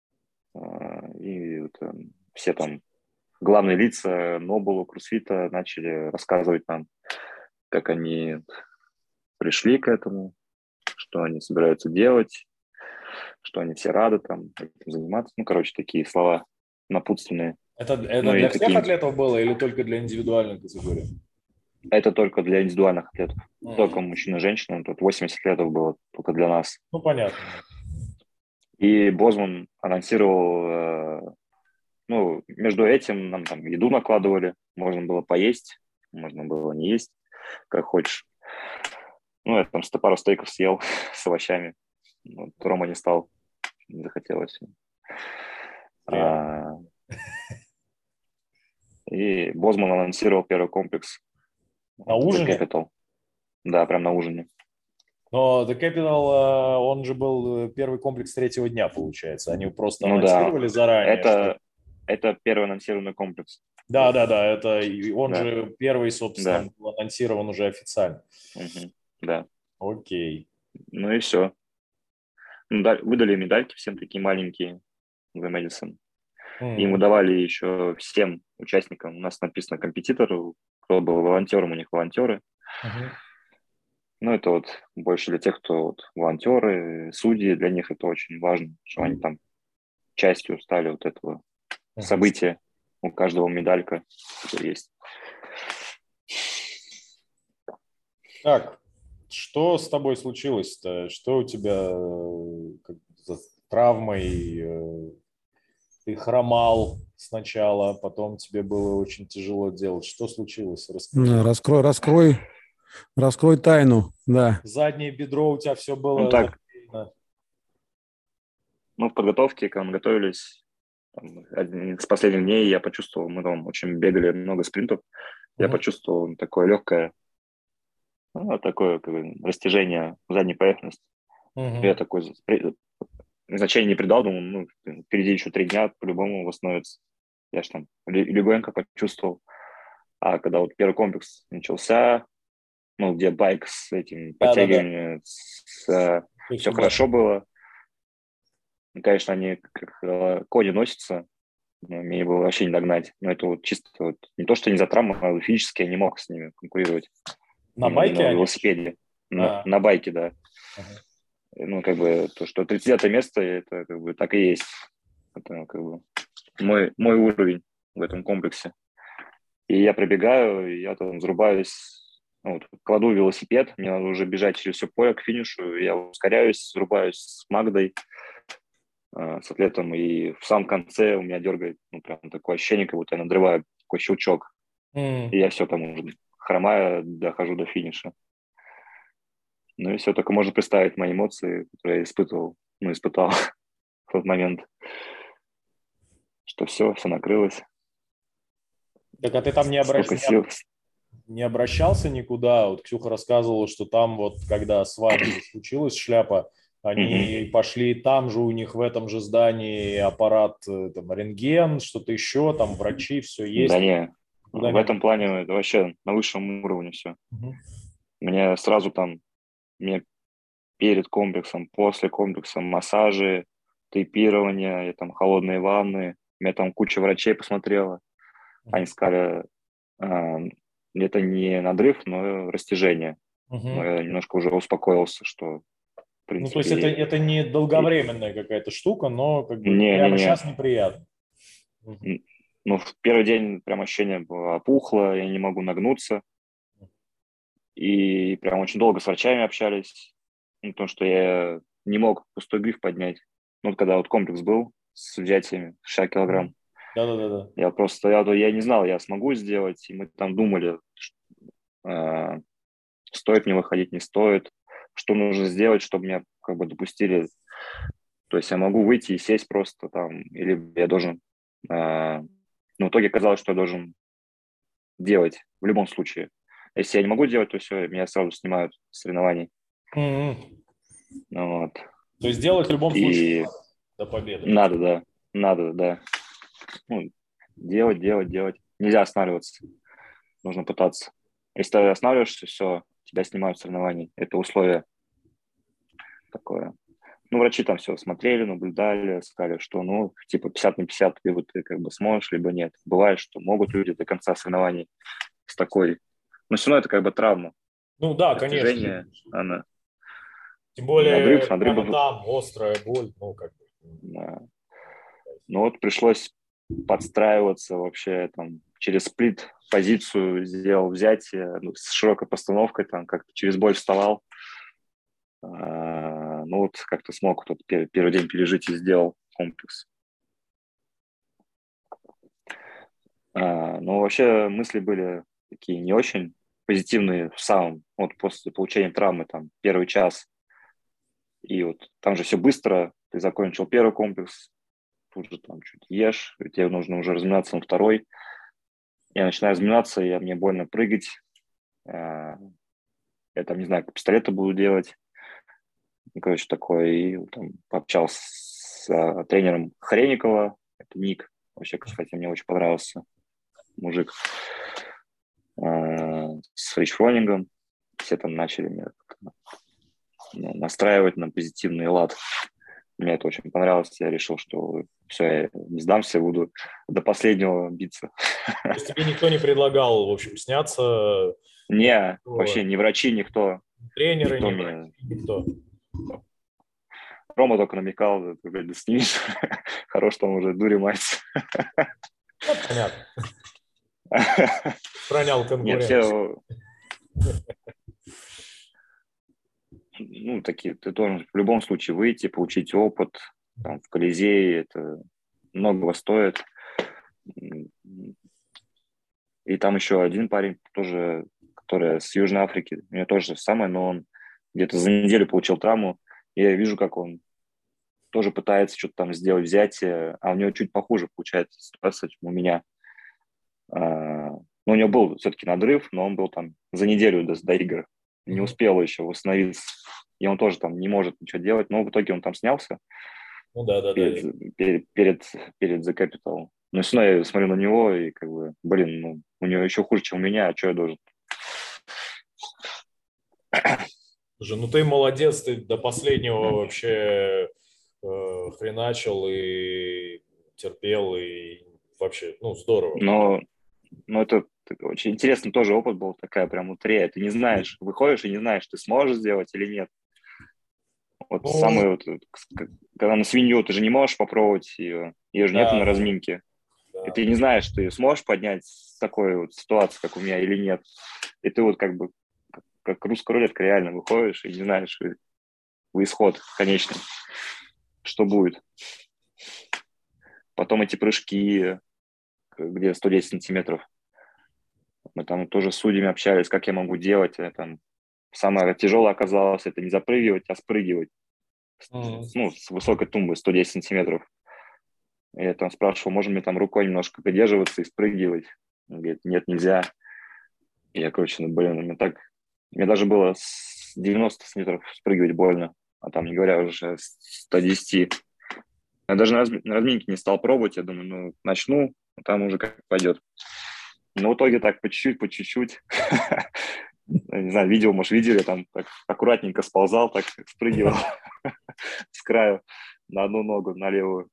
И все там главные лица Нобула, Кроссфита начали рассказывать нам, как они пришли к этому, что они собираются делать, что они все рады там этим заниматься. Ну, короче, такие слова напутственные. Это для всех атлетов было или только для индивидуальных категорий? Это только для индивидуальных атлетов. Только мужчин и женщин. Тут 80 атлетов было только для нас. Ну, понятно. И Бозман анонсировал, между этим нам там еду накладывали, можно было поесть, можно было не есть, как хочешь. Ну, я там пару стейков съел с овощами. Вот, Рома не стал, не захотелось. Приятно. И Бозман анонсировал первый комплекс. На The ужине? Capital. Да, прям на ужине. Но The Capital, он же был первый комплекс третьего дня, получается. Они просто Ну да, анонсировали заранее, что... это первый анонсированный комплекс. Да, это он Да, же первый, собственно, да, был анонсирован уже официально. да. Окей. Ну и все. Ну, выдали медальки всем такие маленькие за Мэдисон. Им Мгм. выдавали еще всем участникам. У нас написано компетитор, кто был волонтером, у них волонтеры. Мгм. Ну, это вот больше для тех, кто вот волонтеры, судьи, для них это очень важно, что они там частью стали вот этого Мгм. события. У каждого медалька есть. Так, что с тобой случилось-то? Что у тебя с травмой? Ты хромал сначала, потом тебе было очень тяжело делать. Что случилось? Расскажи. Да, раскрой тайну, да. Заднее бедро у тебя все Ну было так, заклеено. мы в подготовке, когда мы готовились, там, один из последних дней я почувствовал, мы там очень бегали много спринтов, я Мгм. почувствовал такое легкое, ну, такое как бы, растяжение задней поверхности. Я Мгм. такой значения не придал, думал, ну, впереди еще 3 дня, по-любому восстановится. Я же там легонько почувствовал. А когда вот первый комплекс начался, ну, где байк с этим Да. подтягиванием, То есть все сюда. хорошо было. И, конечно, они как кони носятся, но мне было вообще не догнать. Но это вот чисто вот, не то, что не за травму, а физически я не мог с ними конкурировать. На Именно байке на они? велосипеде, А, на байке, да. ага. Ну, как бы то, что 30 место, это как бы так и есть. Это как бы мой уровень в этом комплексе. И я пробегаю, и я там взрубаюсь, ну, вот, кладу велосипед, мне надо уже бежать через все поле к финишу, я ускоряюсь, взрубаюсь с Магдой, с атлетом, и в самом конце у меня дергает, ну, прям такое ощущение, как будто я надрываю такой щелчок, М. и я все там уже хромая дохожу до финиша. Ну и все, только можно представить мои эмоции, которые я испытал в тот момент, что все накрылось, Так, а ты там столько сил. не обращался никуда? Вот Ксюха рассказывала, что там вот, когда свадьба случилась, шляпа, Мгм. они пошли там же, у них в этом же здании аппарат, там, рентген, что-то еще, там врачи, все Да есть. не, Куда в не этом плане обращался? это вообще на высшем уровне все. Мгм. Мне сразу там, мне перед комплексом, после комплекса массажи, тейпирование, и там холодные ванны. Меня там куча врачей посмотрела. Они Мгм. сказали, а, это не надрыв, но растяжение. Но Мгм. я немножко уже успокоился, что, в Ну, то есть принципе, это не долговременная какая-то штука, но как бы прямо не-не-не. сейчас неприятно. Мгм. Ну, в первый день прям ощущение было опухло, я не могу нагнуться. И прям очень долго с врачами общались, ну, потому что я не мог пустой гриф поднять. Ну, вот когда вот комплекс был с взятиями 60 Мгм. килограмм, Да. я просто я не знал, я смогу сделать, и мы там думали, э, стоит мне выходить, не стоит, что нужно сделать, чтобы меня как бы допустили. То есть я могу выйти и сесть просто там, или я должен... ну, в итоге оказалось, что я должен делать в любом случае. Если я не могу делать, то все, меня сразу снимают с соревнований. Мгм. Ну, вот. То есть делать в любом случае И до победы. надо, да, надо, да. Ну, делать. Нельзя останавливаться, нужно пытаться. Если ты останавливаешься, все, тебя снимают с соревнований. Это условие такое. Ну, врачи там все смотрели, наблюдали, сказали, что, ну, типа 50/50, либо ты как бы сможешь, либо нет. Бывает, что могут люди до конца соревнований с такой. Но все равно это как бы травма, Ну да, конечно. растяжение, она, Тем надрыв, более прямо надрыв. там острая боль, ну как бы. Да. Ну вот пришлось подстраиваться вообще там через сплит позицию сделал взятие, ну, с широкой постановкой, там как-то через боль вставал. Ну вот как-то смог тот первый день пережить и сделал комплекс. Но вообще мысли были такие не очень. позитивные в самом, вот после получения травмы, там, первый час. И вот там же все быстро, ты закончил первый комплекс, тут же там чуть ешь, и тебе нужно уже разминаться на второй. Я начинаю разминаться, мне больно прыгать. Я там не знаю, как пистолеты буду делать. И, короче, такое. И там пообщался с тренером Хреникова. Это Ник. Вообще, кстати, мне очень понравился мужик. С фричронингом. Все там начали меня настраивать на позитивный лад. Мне это очень понравилось. Я решил, что все, я не сдамся, буду до последнего биться. То есть тебе никто не предлагал, в общем, сняться? Не, вообще ни врачи, никто. Тренеры, никто ни врачи, никто. Рома только намекал, ты, блядь, да снимешь. Хорош, там уже дури мается. Ну, понятно. Сохранял конкуренцию. Ну, такие, ты должен в любом случае выйти, получить опыт. Там, в Колизее это многого стоит. И там еще один парень тоже, который с Южной Африки. У него тоже самое, но он где-то за неделю получил травму. И я вижу, как он тоже пытается что-то там сделать, взятие, а у него чуть похуже получается ситуация, чем у меня. Ну, у него был все-таки надрыв, но он был там за неделю до игр. Не успел еще восстановиться. И он тоже там не может ничего делать, но в итоге он там снялся перед The Capital. Но все равно я смотрю на него и как бы, блин, ну, у него еще хуже, чем у меня, а что я должен? Слушай, ну ты молодец, ты до последнего вообще хреначил и терпел, и вообще, ну, здорово. Но это очень интересный тоже опыт был, такая прям лотерея. Ты не знаешь, выходишь и не знаешь, ты сможешь сделать или нет. Вот самое вот, когда на свинью ты же не можешь попробовать ее же нету на разминке. Да. И ты не знаешь, ты сможешь поднять с такой вот ситуации, как у меня, или нет. И ты вот как бы как русская рулетка реально выходишь и не знаешь в исход конечный, что будет. Потом эти прыжки, где 110 сантиметров. Мы там тоже с судьями общались, как я могу делать. Там самое тяжелое оказалось, это не запрыгивать, а спрыгивать. Ну, с высокой тумбы 110 сантиметров. Я там спрашивал, можем ли там рукой немножко придерживаться и спрыгивать. Он говорит, нет, нельзя. И я, короче, ну, блин, мне даже было с 90 сантиметров спрыгивать больно, а там, не говоря уже с 110. Я даже на разминке не стал пробовать, я думаю, ну, начну, а там уже как пойдет. Но в итоге так по чуть-чуть. Не знаю, видео, может, видели, там так аккуратненько сползал, так спрыгивал с краю на одну ногу, на левую.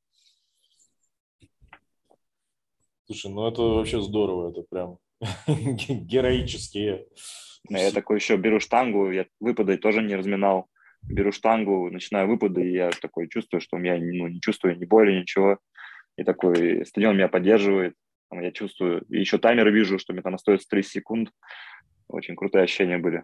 Слушай, ну это вообще здорово, это прям героические. Я такой еще беру штангу, я выпады тоже не разминал. Беру штангу, начинаю выпады, и я такой чувствую, что я не чувствую ни боли, ничего. И такой стадион меня поддерживает. Я чувствую, и еще таймер вижу, что мне там остается 30 секунд. Очень крутые ощущения были.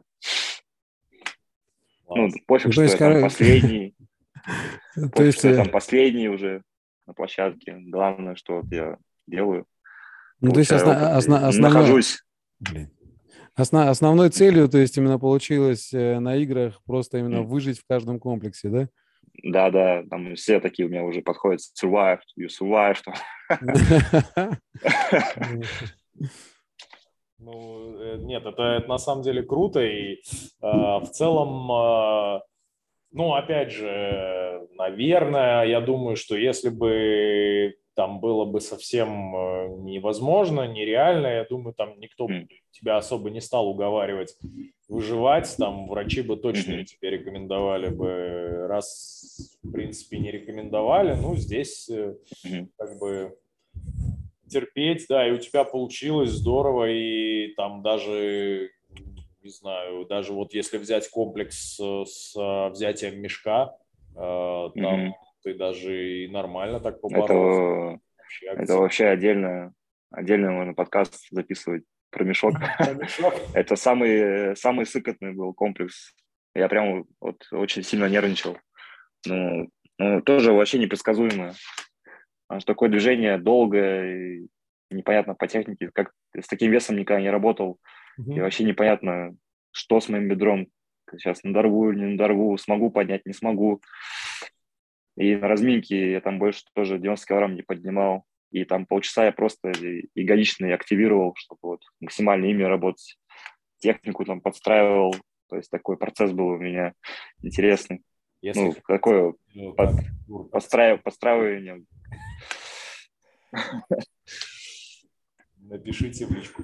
Ну, пофиг, что я там последний. Пофиг, что я там последний уже на площадке. Главное, что вот я делаю. Ну, то есть нахожусь. Основной целью, то есть именно получилось на играх просто именно выжить в каждом комплексе, да? Да, там все такие у меня уже подходят. Survive, you survive. Ну, нет, это на самом деле круто, и в целом, ну, опять же, наверное, я думаю, что если бы там было бы совсем невозможно, нереально, я думаю, там никто тебя особо не стал уговаривать выживать, там врачи бы точно тебе рекомендовали бы, раз, в принципе, не рекомендовали, ну, здесь как бы терпеть, да, и у тебя получилось здорово, и там даже, не знаю, даже вот если взять комплекс с взятием мешка, там ты даже и нормально так поборолся. Это вообще отдельно можно подкаст записывать про мешок. Это самый сыкотный был комплекс. Я прям вот очень сильно нервничал. Ну, тоже вообще непредсказуемое. Потому что такое движение долгое и непонятно по технике. Как с таким весом никогда не работал. И вообще непонятно, что с моим бедром. Сейчас надорву или не надорву, смогу поднять, не смогу. И на разминке я там больше тоже 90 килограмм не поднимал. И там полчаса я просто ягодичные активировал, чтобы вот максимально ими работать. Технику там подстраивал. То есть такой процесс был у меня интересный. Если такое подстраивание. Напишите в личку.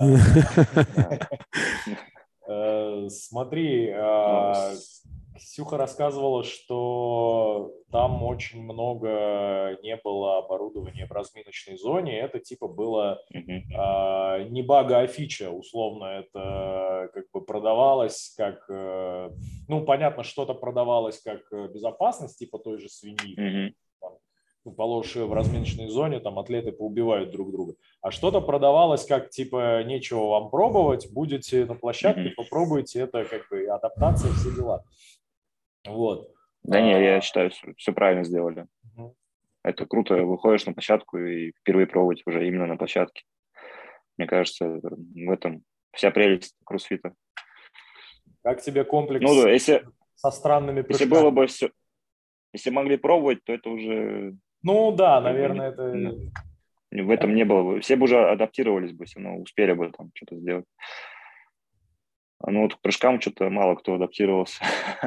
Смотри, Ксюха рассказывала, что там очень много не было оборудования в разминочной зоне. Это типа было не бага, а фича, условно. Это как бы продавалось как... Ну, понятно, что-то продавалось как безопасность, типа той же свиньи. Положишь ее в разминочной зоне, там атлеты поубивают друг друга. А что-то продавалось как, типа, нечего вам пробовать, будете на площадке, попробуйте, это как бы адаптация, все дела. Вот. Да не, я считаю, все правильно сделали. Это круто, выходишь на площадку и впервые пробовать уже именно на площадке. Мне кажется, в этом вся прелесть кроссфита. Как тебе комплекс да, если, со странными прыжками? Если было бы все... Если могли пробовать, то это уже... Ну да, наверное, это... В этом не было бы. Все бы уже адаптировались бы, все равно успели бы там что-то сделать. Ну вот к прыжкам что-то мало кто адаптировался.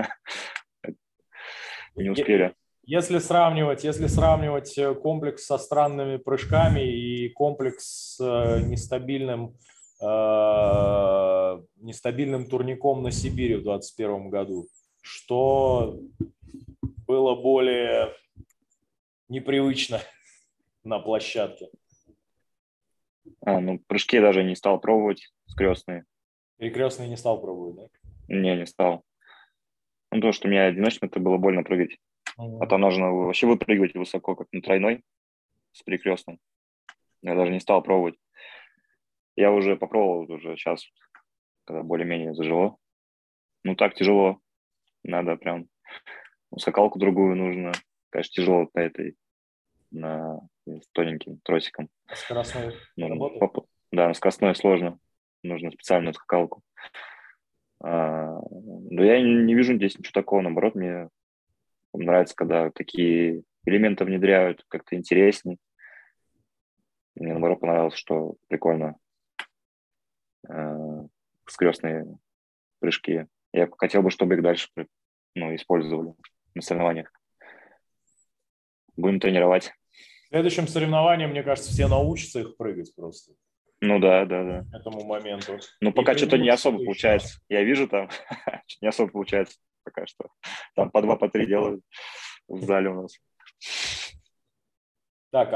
Не успели. Если сравнивать комплекс со странными прыжками и комплекс с нестабильным турником на Сибири в 2021 году, что было более непривычно на площадке? Прыжки я даже не стал пробовать, скрестные. Перекрестные не стал пробовать, да? Не стал. То, что у меня одиночно, это было больно прыгать. А там нужно вообще выпрыгивать высоко, как на тройной, с перекрестным. Я даже не стал пробовать. Я уже попробовал уже сейчас, когда более-менее зажило. Так тяжело. Надо прям скакалку другую нужно. Конечно, тяжело с тоненьким тросиком. Скоростной Да, на скоростной сложно. Нужно специальную скакалку. Да я не вижу здесь ничего такого. Наоборот, мне нравится, когда такие элементы внедряют, как-то интересней. Мне, наоборот, понравилось, что прикольно скоростные прыжки. Я хотел бы, чтобы их дальше использовали на соревнованиях. Будем тренировать. В следующем соревновании, мне кажется, все научатся их прыгать просто. Да. К этому моменту. Пока что-то не особо получается. Я вижу там, не особо получается пока что. Там по 2, по 3 делают в зале у нас. Так,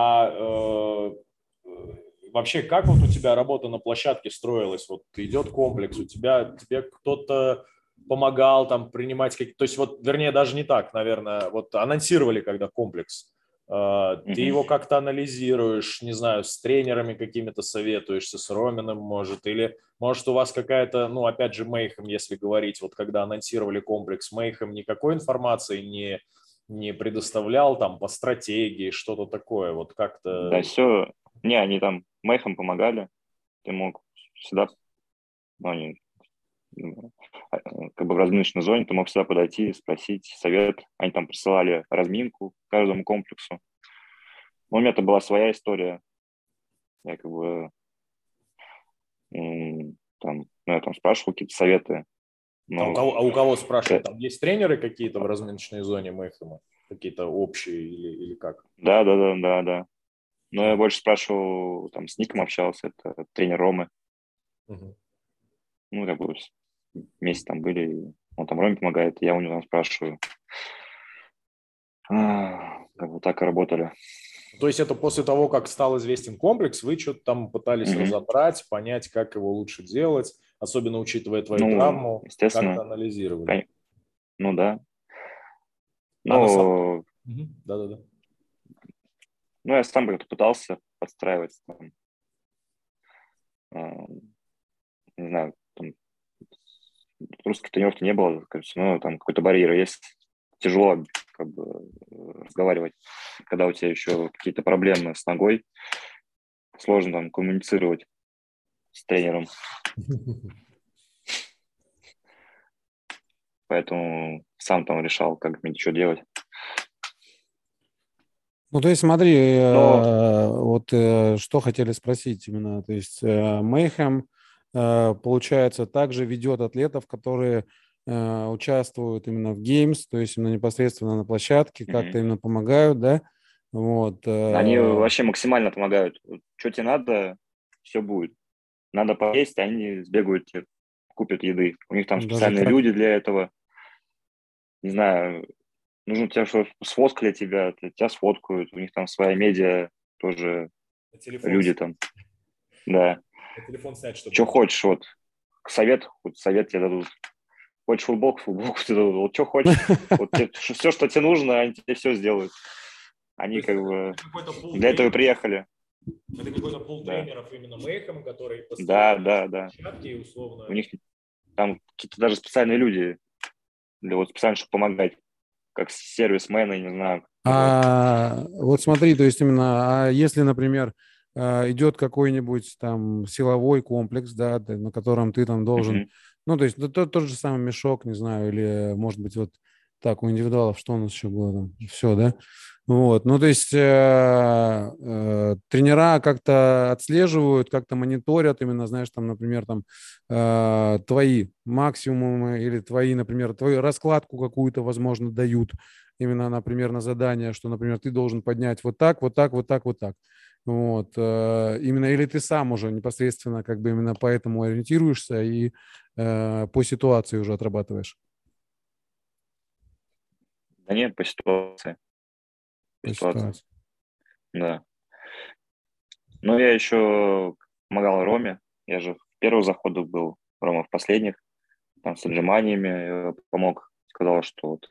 вообще, как вот у тебя работа на площадке строилась? Вот идет комплекс, тебе кто-то помогал там принимать какие-то... То есть вот, вернее, даже не так, наверное, вот анонсировали, когда комплекс. Ты его как-то анализируешь, не знаю, с тренерами какими-то советуешься, с Роминым, может, или может у вас какая-то, опять же, Мейхем, если говорить, вот когда анонсировали комплекс, Мейхем никакой информации не предоставлял там по стратегии, что-то такое, вот как-то... Да, все. Не, они там Мейхем помогали. Ты мог всегда, они как бы в разминочной зоне, ты мог всегда подойти, спросить совет. Они там присылали разминку каждому комплексу. У меня это была своя история. Я как бы я там спрашивал какие-то советы. У кого спрашивают? Там есть тренеры какие-то в разминочной зоне Мейхема? Какие-то общие или как? Да. Но я больше спрашивал, там с Ником общался, это тренер Ромы. Как бы вместе там были, он там Роме помогает, я у него там спрашиваю. Как бы так и работали. То есть это после того, как стал известен комплекс, вы что-то там пытались разобрать, понять, как его лучше делать, особенно учитывая твою травму, естественно, как-то анализировали. Да. Да. Я сам как-то пытался подстраивать, не знаю, там, русской тренировки не было, кажется, там какой-то барьер есть. Тяжело как бы разговаривать, когда у тебя еще какие-то проблемы с ногой, сложно там коммуницировать с тренером. Поэтому сам там решал, как мне что делать. Ну, то есть, смотри, Но вот что хотели спросить именно. То есть, Мейхем, получается, также ведет атлетов, которые участвуют именно в Games, то есть именно непосредственно на площадке, как-то именно помогают, да? Вот. они вообще максимально помогают. Что тебе надо, все будет. Надо поесть, они сбегают тебе, купят еды. У них там Даже специальные так. люди для этого. Не знаю, нужно тебе что сфоткали тебя сфоткают. У них там своя медиа тоже На телефон, люди там. Да. на телефон снять, чтобы... Что хочешь, вот. Совет тебе дадут. Хочешь футболку тебе дадут. Вот что хочешь. Вот тебе, все, что тебе нужно, они тебе все сделают. Они как бы для этого и приехали. Это какой-то пул Да. тренеров именно Мейхем, которые Да, постоянно да, да. площадке и условно... У них там какие-то даже специальные люди, для вот специально, чтобы помогать, как сервисмены, не знаю. Вот смотри, то есть именно, если, например, идет какой-нибудь там силовой комплекс, да, на котором ты там должен, Мгм. ну, то есть тот же самый мешок, не знаю, или, может быть, вот так, у индивидуалов, что у нас еще было там, все, да, вот, ну, то есть тренера как-то отслеживают, как-то мониторят именно, знаешь, там, например, там, твои максимумы или твои, например, твою раскладку какую-то, возможно, дают, именно, например, на задание, что, например, ты должен поднять вот так, вот так, вот так, вот так. Вот. Именно или ты сам уже непосредственно как бы именно поэтому ориентируешься и по ситуации уже отрабатываешь Да нет, по ситуации. По по ситуации. ситуации. Да. Но я еще помогал Роме. Я же в первых заходах был, Рома в последних. Там с отжиманиями помог. Сказал, что вот,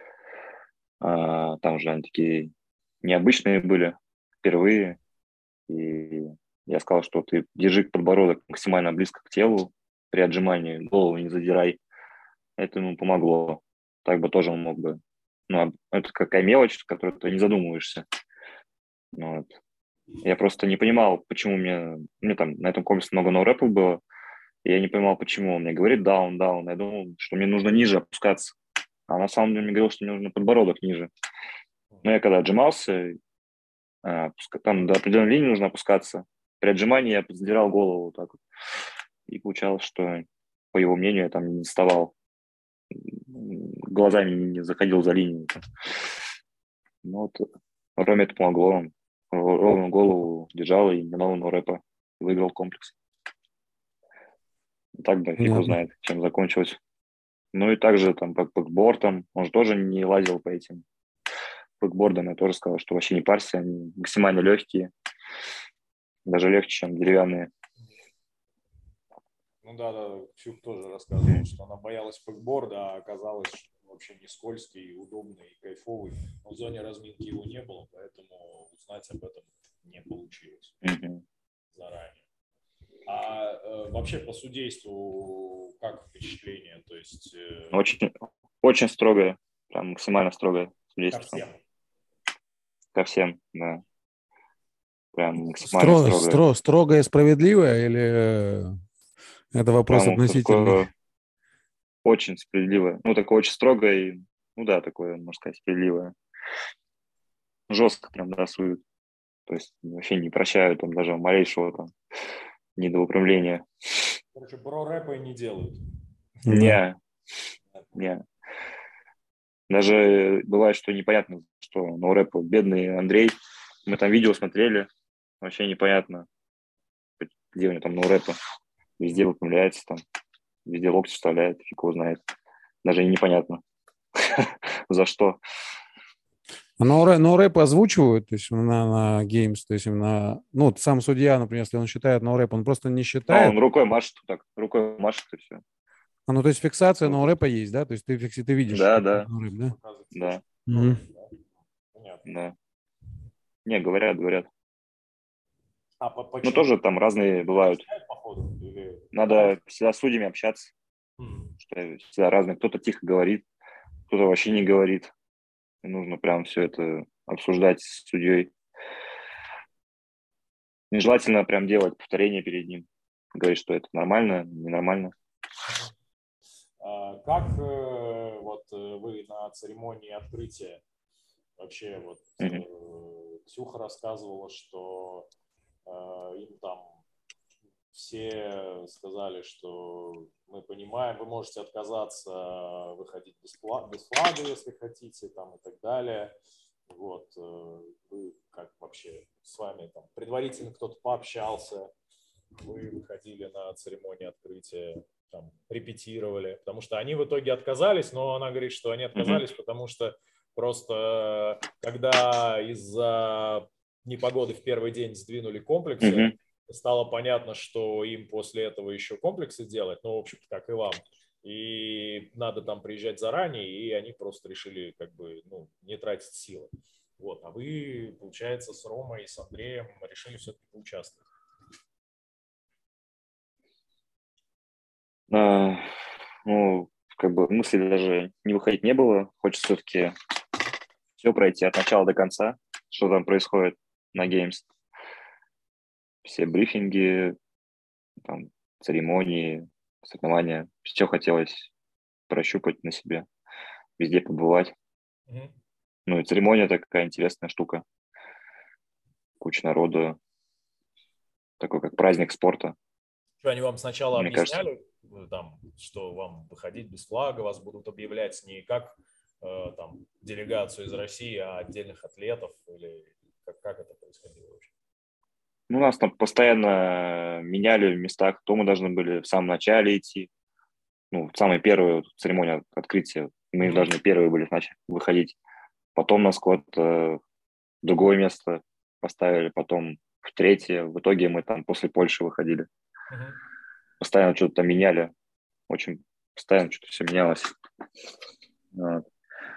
там же они такие необычные были впервые. И я сказал, что ты держи подбородок максимально близко к телу при отжимании, голову не задирай. Это ему помогло. Так бы тоже он мог бы. Ну, это какая мелочь, о которой ты не задумываешься. Ну, вот. Я просто не понимал, почему мне там на этом комплексе много ноу-рэпов было, и я не понимал, почему. Он мне говорит даун, даун. Я думал, что мне нужно ниже опускаться. А на самом деле мне говорил, что мне нужно подбородок ниже. Но я когда отжимался, там до определенной линии нужно опускаться. При отжимании я задирал голову вот так вот. И получалось, что, по его мнению, я там не доставал. Глазами не заходил за линию. Ну вот Роме это помогло. Он ровную голову держал и на нового рэпа выиграл комплекс. Так бы фиг Понятно. узнает, чем закончилось. Ну и также там по бэкбордам. Он же тоже не лазил по этим бэкбордам. Я тоже сказал, что вообще не парься. Они максимально легкие. Даже легче, чем деревянные. Ну да, Ксюх тоже рассказывала, что она боялась бэкборда, а оказалось, что он вообще не скользкий, удобный и кайфовый. Но в зоне разминки его не было, поэтому узнать об этом не получилось заранее. А вообще по судейству как впечатление? То есть Очень, очень строгое, прям максимально строгое ко судейство. всем? Ко всем, да. Прям максимально строгое. Строгое и справедливое или это вопрос Прям относительный? такое очень справедливое. Ну, такое очень строгое и, ну да, такое, можно сказать, справедливое. Жестко прям, да, суют. То есть вообще не прощают там даже малейшего там недоуправления. Короче, бро-рэпа не делают. Да. Не. Даже бывает, что непонятно, что ноурэп, бедный Андрей, мы там видео смотрели, вообще непонятно, где у него там ноурэпы. Везде выпрямляется там, везде локти вставляет, фиг его знает. Даже и непонятно, за что. Но рэп озвучивают, то есть на Games, то есть именно, ну, вот сам судья, например, если он считает ноурэп, он просто не Но он считает. рукой машет так, рукой машет и все. Ну, то есть фиксация ноурэпа есть, да? То есть ты видишь Да, да, ноурэп, да? Показывать да, флешку. Мгм. Да? Понятно. да. Не, говорят. А Ну, почему? тоже там разные бывают. Походу? Или... Надо всегда с судьями общаться, М. что всегда разные. Кто-то тихо говорит, кто-то вообще не говорит. И нужно прям все это обсуждать с судьей. Нежелательно прям делать повторение перед ним. говорить, что это нормально, ненормально. Как вот вы на церемонии открытия вообще вот Ксюха рассказывала, что им там все сказали, что мы понимаем, вы можете отказаться выходить без флага, если хотите, там и так далее. Вот, вы как вообще с вами там предварительно кто-то пообщался, вы выходили на церемонию открытия, там, репетировали, потому что они в итоге отказались, но она говорит, что они отказались, потому что просто когда из-за непогоды в первый день сдвинули комплексы, стало понятно, что им после этого еще комплексы делать, ну, в общем-то, как и вам. И надо там приезжать заранее, и они просто решили как бы, ну, не тратить силы. Вот. А вы, получается, с Ромой и с Андреем решили все-таки поучаствовать. Ну, как бы мысли даже не выходить не было. Хочется все-таки все пройти от начала до конца, что там происходит на Games. Все брифинги, там, церемонии, соревнования. Все хотелось прощупать на себе, везде побывать. Ну и церемония такая интересная штука. Куча народу. Такой как праздник спорта. Что, они вам сначала мне объясняли, там, что вам выходить без флага, вас будут объявлять не как там, делегацию из России, а отдельных атлетов? Или как это происходило вообще? Ну, нас там постоянно меняли в местах. То мы должны были в самом начале идти. Ну, в самую первую церемонию открытия. Мы должны первые были выходить. Потом нас куда-то в другое место поставили, потом в третье. В итоге мы там после Польши выходили. Постоянно что-то там меняли. Очень постоянно что-то все менялось. Вот.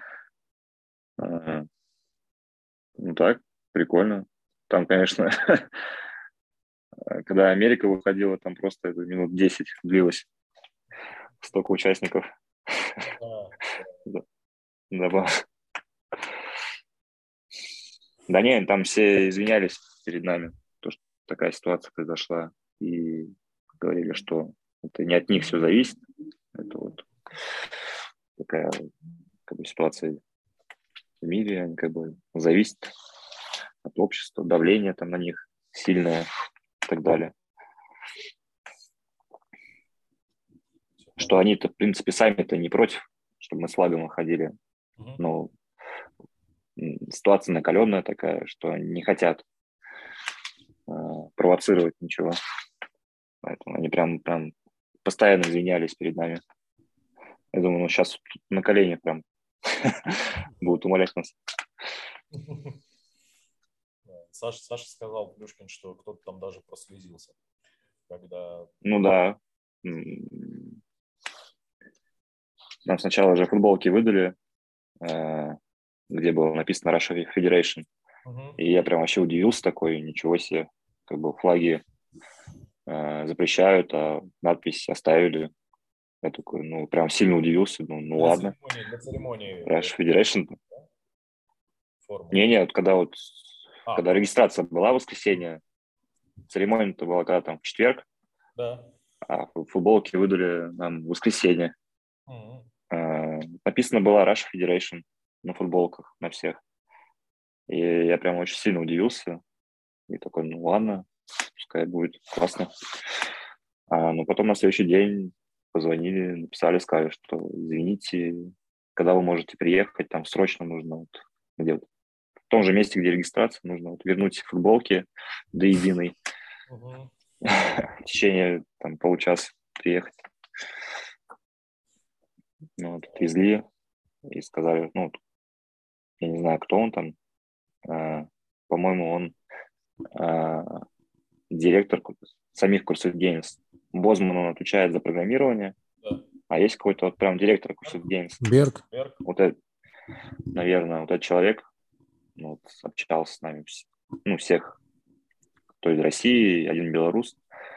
Ну так, прикольно. Там, конечно, когда Америка выходила, там просто это минут 10 длилось. Столько участников. Да, да не, там все извинялись перед нами, то, что такая ситуация произошла, и говорили, что это не от них все зависит. Это вот такая как бы ситуация в мире, они как бы зависит от общества, давление там на них сильное и так далее. Что они-то, в принципе, сами-то не против, чтобы мы с флагом выходили. Но ситуация накаленная такая, что они не хотят провоцировать ничего. Поэтому они прям постоянно извинялись перед нами. Я думаю, ну сейчас на коленях прям будут умолять нас. Саша сказал, Плюшкин, что кто-то там даже прослезился. Когда... Ну да. Нам сначала же футболки выдали, где было написано Russia Federation. И я прям вообще удивился такой, ничего себе. Как бы флаги запрещают, а надпись оставили. Я такой, ну, прям сильно удивился. Ну ладно. Для церемонии. Russia Federation. Не, вот когда регистрация была в воскресенье, церемония-то была когда там в четверг, да. А футболки выдали нам в воскресенье. Написано было Russia Federation на футболках, на всех. И я прям очень сильно удивился. И такой, ну ладно, пускай будет классно. Но потом на следующий день позвонили, написали, сказали, что извините, когда вы можете приехать, там срочно нужно вот, где-то в том же месте, где регистрация, нужно вот вернуть футболки до единой. В течение там получаса приехать. Ну, вот, отвезли и сказали, ну, я не знаю, кто он там, по-моему, он директор самих Cursive Games. Бозман, он отвечает за программирование, а есть какой-то вот прям директор Cursive Games. Берг. Вот это, наверное, вот этот человек вот, общался с нами, ну, всех, кто из России, один белорус.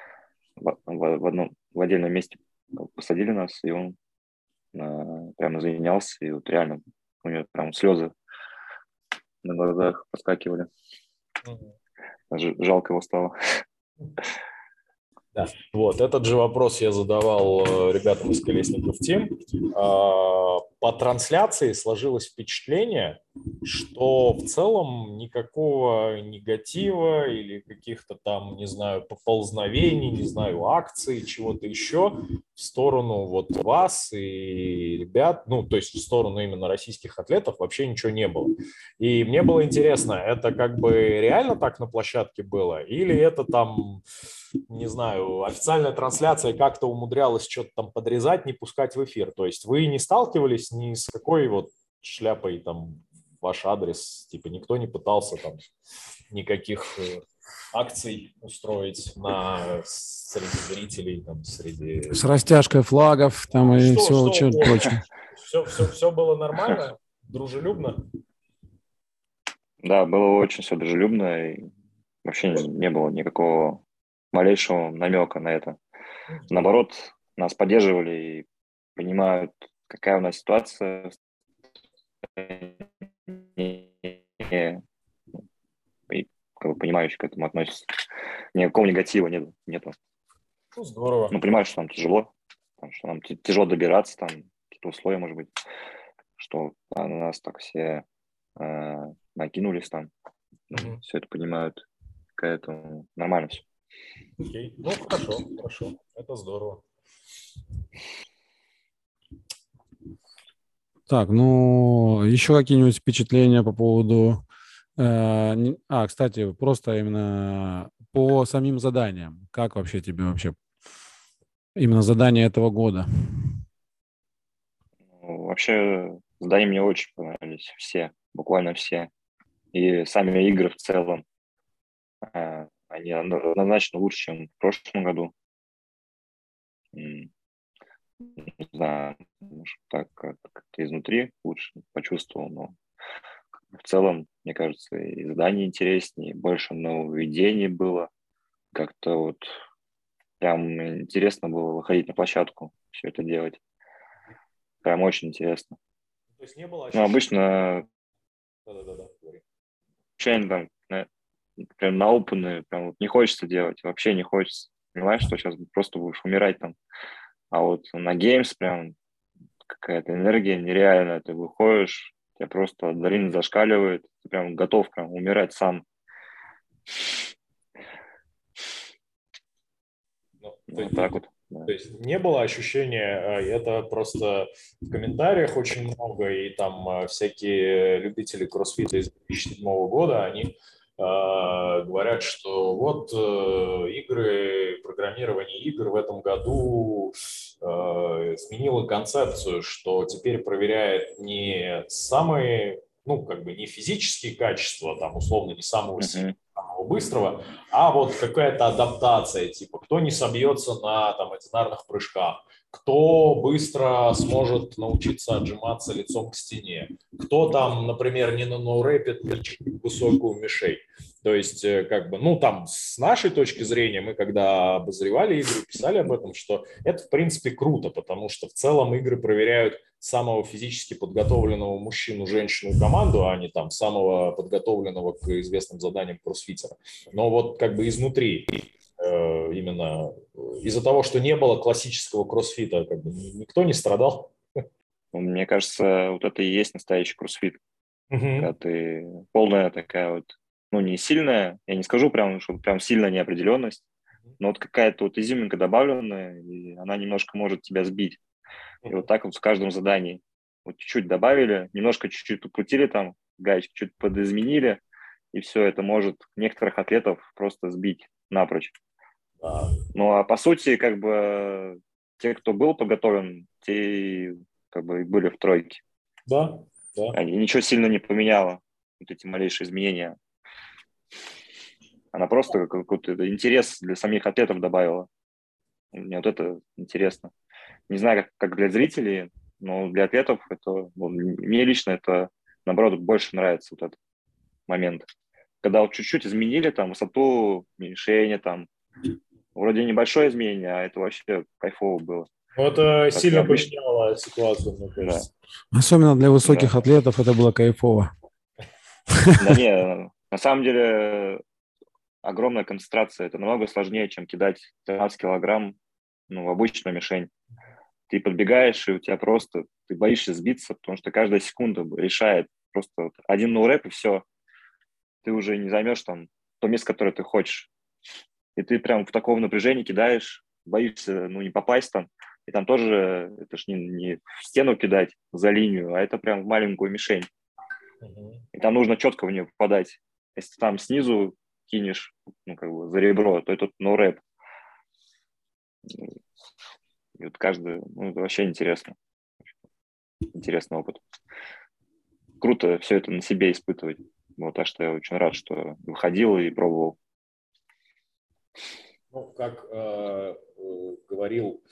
В отдельном месте посадили нас, и он прям извинялся, и вот реально у него прям слезы на глазах поскакивали. Даже жалко его стало. Да. Вот, этот же вопрос я задавал ребятам из Колесников Тим. По трансляции сложилось впечатление, что в целом никакого негатива или каких-то там, не знаю, поползновений, не знаю, акций, чего-то еще в сторону вот вас и ребят, ну, то есть в сторону именно российских атлетов вообще ничего не было. И мне было интересно, это как бы реально так на площадке было или это там, не знаю, официальная трансляция как-то умудрялась что-то там подрезать, не пускать в эфир. То есть вы не сталкивались ни с какой вот шляпой там ваш адрес, типа никто не пытался там никаких акций устроить среди зрителей, там, среди... С растяжкой флагов там и все прочее. Все было нормально, дружелюбно? Да, было очень все дружелюбно, и вообще не было никакого малейшего намека на это. Наоборот, нас поддерживали и понимают, какая у нас ситуация, и как бы понимающе к этому относятся. Никакого негатива нету. Ну, здорово. Ну, понимаешь, что нам тяжело, что нам тяжело добираться, там какие-то условия, может быть, что на нас так все накинулись там. Все это понимают, поэтому нормально все. Окей. Ну, хорошо. Это здорово. Так, ну, еще какие-нибудь впечатления по поводу... кстати, просто именно по самим заданиям. Как вообще тебе именно задания этого года? Вообще, задания мне очень понравились. Все, буквально все. И сами игры в целом. Они однозначно лучше, чем в прошлом году. Не знаю, может, так как-то изнутри лучше почувствовал, но в целом, мне кажется, и задания интереснее, и больше нововведений было. Как-то вот прям интересно было выходить на площадку, все это делать. Прям очень интересно. То есть не было Ну, ощущения... обычно Да. там, прям на опены, прям вот не хочется делать, вообще не хочется. Понимаешь, что сейчас просто будешь умирать там. А вот на Games прям какая-то энергия нереальная. Ты выходишь, тебя просто адреналин зашкаливает, ты прям готов прям умирать сам. Вот так вот. Да. То есть не было ощущения, это просто в комментариях очень много, и там всякие любители кроссфита из 2007 года, они говорят, что вот игры, программирование игр в этом году сменило концепцию, что теперь проверяет не самые, ну, как бы не физические качества, там, условно, не самого сильного, самого быстрого, а вот какая-то адаптация, типа, кто не собьется на там одинарных прыжках, кто быстро сможет научиться отжиматься лицом к стене, кто там, например, не ноурэпит высокую мишень. То есть, как бы, ну, там, с нашей точки зрения, мы когда обозревали игры, писали об этом, что это, в принципе, круто, потому что в целом игры проверяют самого физически подготовленного мужчину, женщину, команду, а не там самого подготовленного к известным заданиям кроссфитера. Но вот как бы изнутри, именно из-за того, что не было классического кроссфита, как бы никто не страдал. Мне кажется, вот это и есть настоящий кроссфит. Когда ты полная такая вот, ну, не сильная, я не скажу прям, что прям сильная неопределенность, но вот какая-то вот изюминка добавленная, и она немножко может тебя сбить. И вот так вот в каждом задании. Вот чуть-чуть добавили, немножко чуть-чуть покрутили там, гаечки чуть подизменили, и все, это может некоторых атлетов просто сбить напрочь. Ну, а по сути, как бы, те, кто был подготовлен, те как бы были в тройке. Да. И ничего сильно не поменяло, вот эти малейшие изменения. Она просто какой-то интерес для самих атлетов добавила. Мне вот это интересно. Не знаю, как для зрителей, но для атлетов это, ну, мне лично это, наоборот, больше нравится вот этот момент. Когда вот чуть-чуть изменили там высоту, мишени, там, вроде небольшое изменение, а это вообще кайфово было. Ну, это Как сильно обычно... поменяло ситуацию, мне кажется. Да. Особенно для высоких атлетов это было кайфово. Да не, на самом деле огромная концентрация. Это намного сложнее, чем кидать 13 килограмм в обычную мишень. Ты подбегаешь, и у тебя просто, ты боишься сбиться, потому что каждая секунда решает. Просто вот один ноурэп, и все. Ты уже не займешь там то место, которое ты хочешь. И ты прям в таком напряжении кидаешь, боишься, не попасть там. И там тоже, это ж не в стену кидать за линию, а это прям в маленькую мишень. И там нужно четко в нее попадать. Если там снизу кинешь, за ребро, то это ноурэп. И вот каждый, это вообще интересно. Интересный опыт. Круто все это на себе испытывать. Вот, так что я очень рад, что выходил и пробовал. Как говорил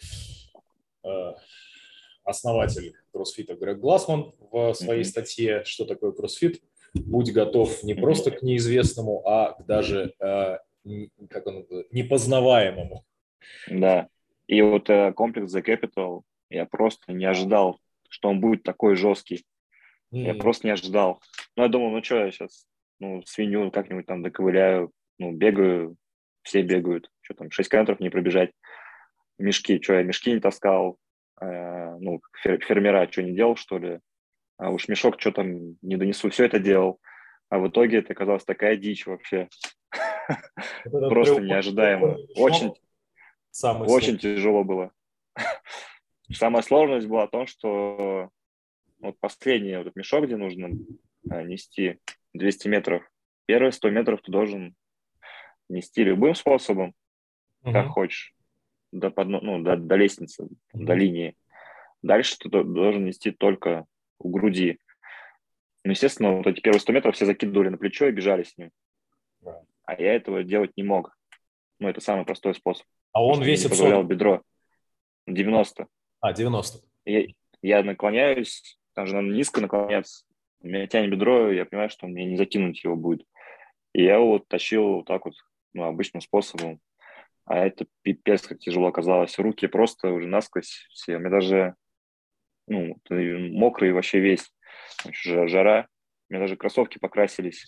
основатель кроссфита Грег Глассман в своей статье «Что такое кроссфит?», будь готов не просто к неизвестному, а к даже непознаваемому. Да. И вот комплекс The Capital, я просто не ожидал, что он будет такой жесткий. Я просто не ожидал. Я думал, что я сейчас, свинью как-нибудь там доковыляю, бегаю, все бегают, что там, 6 километров не пробежать. Мешки, что я мешки не таскал, фермера что не делал, что ли, а уж мешок что там не донесу, все это делал. А в итоге это оказалась такая дичь вообще. Просто неожидаемо. Очень тяжело было. Самая сложность была в том, что вот последний этот мешок, где нужно нести 200 метров, первые 100 метров ты должен нести любым способом, как хочешь, до лестницы, до линии. Дальше ты должен нести только у груди. Естественно, вот эти первые 100 метров все закидывали на плечо и бежали с ним. А я этого делать не мог. Это самый простой способ. А он весит не позволял бедро. 90. 90. Я наклоняюсь, там же надо низко наклоняться. Меня тянет бедро, я понимаю, что мне не закинуть его будет. И я его тащил вот так вот, обычным способом. А это пипец, как тяжело оказалось. Руки просто уже насквозь все. У меня даже, мокрый вообще весь. Жара. У меня даже кроссовки покрасились.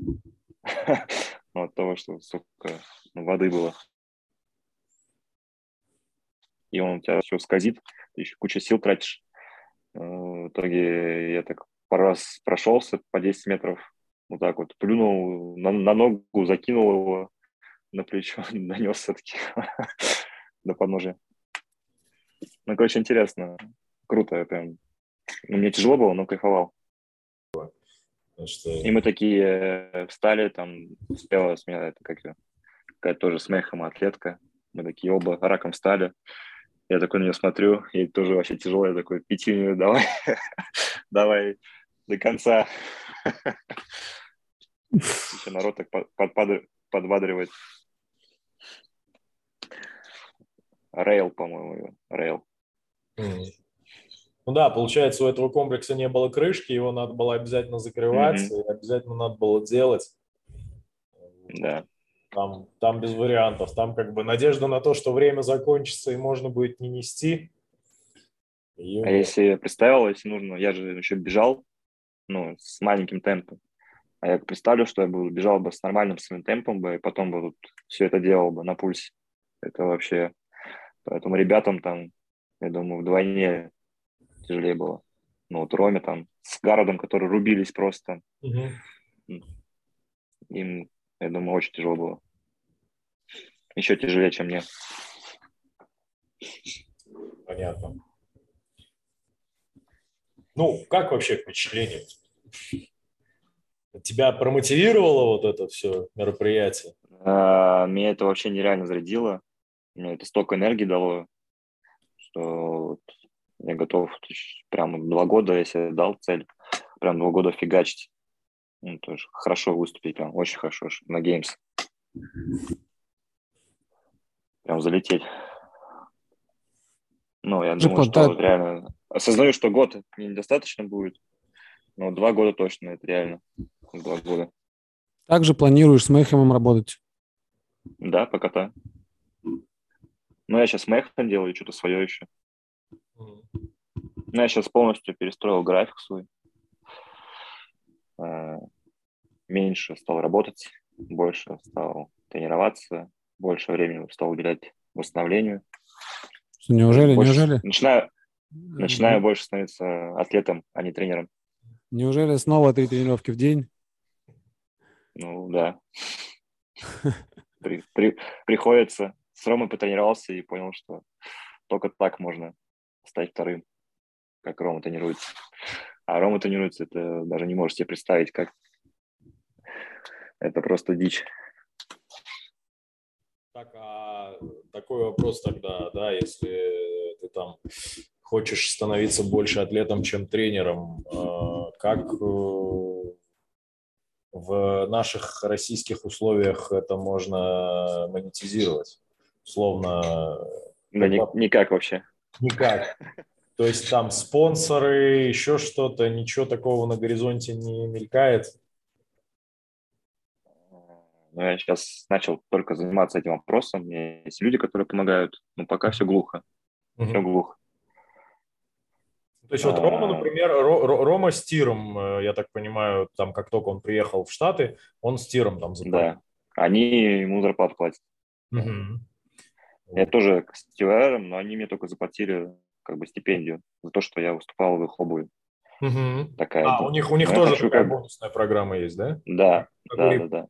От того, что столько воды было. И он у тебя все скользит, ты еще кучу сил тратишь. В итоге я так пару раз прошелся по 10 метров, вот так вот, плюнул на ногу, закинул его на плечо, донес все-таки до подножия. Короче, интересно, круто, прям. Мне тяжело было, но кайфовал. И мы такие встали, там успела с меня какая-то тоже с мехом атлетка. Мы такие оба раком встали. Я такой на нее смотрю, ей тоже вообще тяжело. Я такой, пятюню давай, давай до конца. Еще народ так подбадривает. Рейл, по-моему, Рейл. Да, получается, у этого комплекса не было крышки, его надо было обязательно закрывать, и обязательно надо было делать. Да. Там без вариантов. Там надежда на то, что время закончится и можно будет не нести. Если представил, если нужно, я же еще бежал, с маленьким темпом. А я представлю, что я бежал бы с нормальным своим темпом бы, и потом бы все это делал бы на пульсе. Это вообще... Поэтому ребятам там, я думаю, вдвойне тяжелее было. Роме там с Гародом, которые рубились просто. Им, я думаю, очень тяжело было. Еще тяжелее, чем мне. Понятно. Как вообще впечатление? Тебя промотивировало вот это все мероприятие? Меня это вообще нереально зарядило. Мне это столько энергии дало, что я готов прямо 2 года, я себе дал цель, прям 2 года фигачить. Тоже хорошо выступить, прям очень хорошо на Games. Прям залететь. Я думаю, что реально... Осознаю, что год мне недостаточно будет, но 2 года точно, это реально. 2 года. Также планируешь с Мэйхэмом работать? Да, пока-то. Я сейчас с Мэйхэмом делаю что-то свое еще. Я сейчас полностью перестроил график свой. Меньше стал работать, больше стал тренироваться, больше времени стал уделять восстановлению. Неужели? Начинаю больше становиться атлетом, а не тренером. Неужели снова 3 тренировки в день? Ну, да. Приходится. С Ромой потренировался и понял, что только так можно стать вторым, как Рома тренируется. А Рома тренируется, это даже не можешь себе представить, как. Это просто дичь. Так, а такой вопрос тогда, да, если ты там хочешь становиться больше атлетом, чем тренером, как в наших российских условиях это можно монетизировать? Условно, Да никак вообще. никак. То есть там спонсоры, еще что-то, ничего такого на горизонте не мелькает? Но я сейчас начал только заниматься этим вопросом. У меня есть люди, которые помогают, но пока все глухо. Все глухо. То есть вот Рома, например, Рома с тиром, я так понимаю, там как только он приехал в Штаты, он с тиром там заплатил. Да, они ему зарплату платят. Угу. Я тоже с тиром, но они мне только заплатили как бы стипендию за то, что я выступал в их обуви. Угу. Такая. У них тоже такая бонусная программа есть, да? Да, да.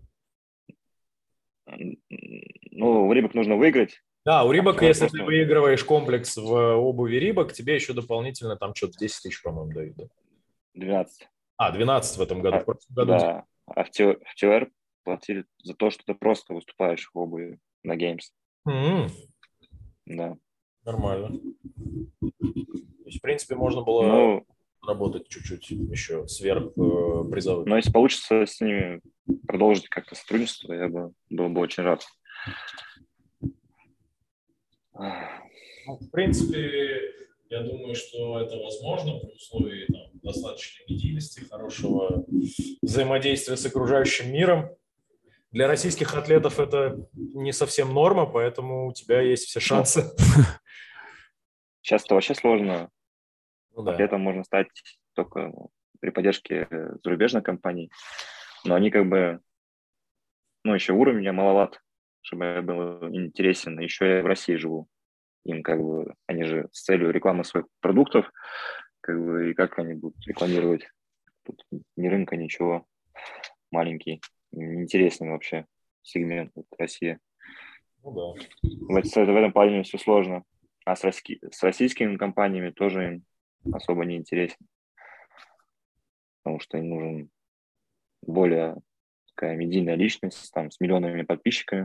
Ну, у Рибок нужно выиграть. Да, у Рибок, если ты выигрываешь комплекс в обуви Рибок, тебе еще дополнительно там что-то 10 тысяч, по-моему, дают. Да? 12. 12 в этом году. В прошлом году да, а в ТР платили за то, что ты просто выступаешь в обуви на Games. Да. Нормально. То есть, в принципе, можно было работать чуть-чуть еще сверх призовых. Но если получится с ними продолжить как-то сотрудничество, я был бы очень рад. Ну, в принципе, я думаю, что это возможно при условии достаточной медийности, хорошего взаимодействия с окружающим миром. Для российских атлетов это не совсем норма, поэтому у тебя есть все шансы. Сейчас это вообще сложно. Да. Атлетом можно стать только при поддержке зарубежных компаний. Но они как бы, еще уровень у меня маловат, чтобы я был интересен. Еще я в России живу. Им как бы, они же с целью рекламы своих продуктов, как бы, и как они будут рекламировать? Тут ни рынка, ничего, маленький, неинтересный вообще сегмент России. Ну да. В этом плане все сложно. А с российскими компаниями тоже им особо не интересен. Потому что им нужен более такая медийная личность, там, с миллионами подписчиками.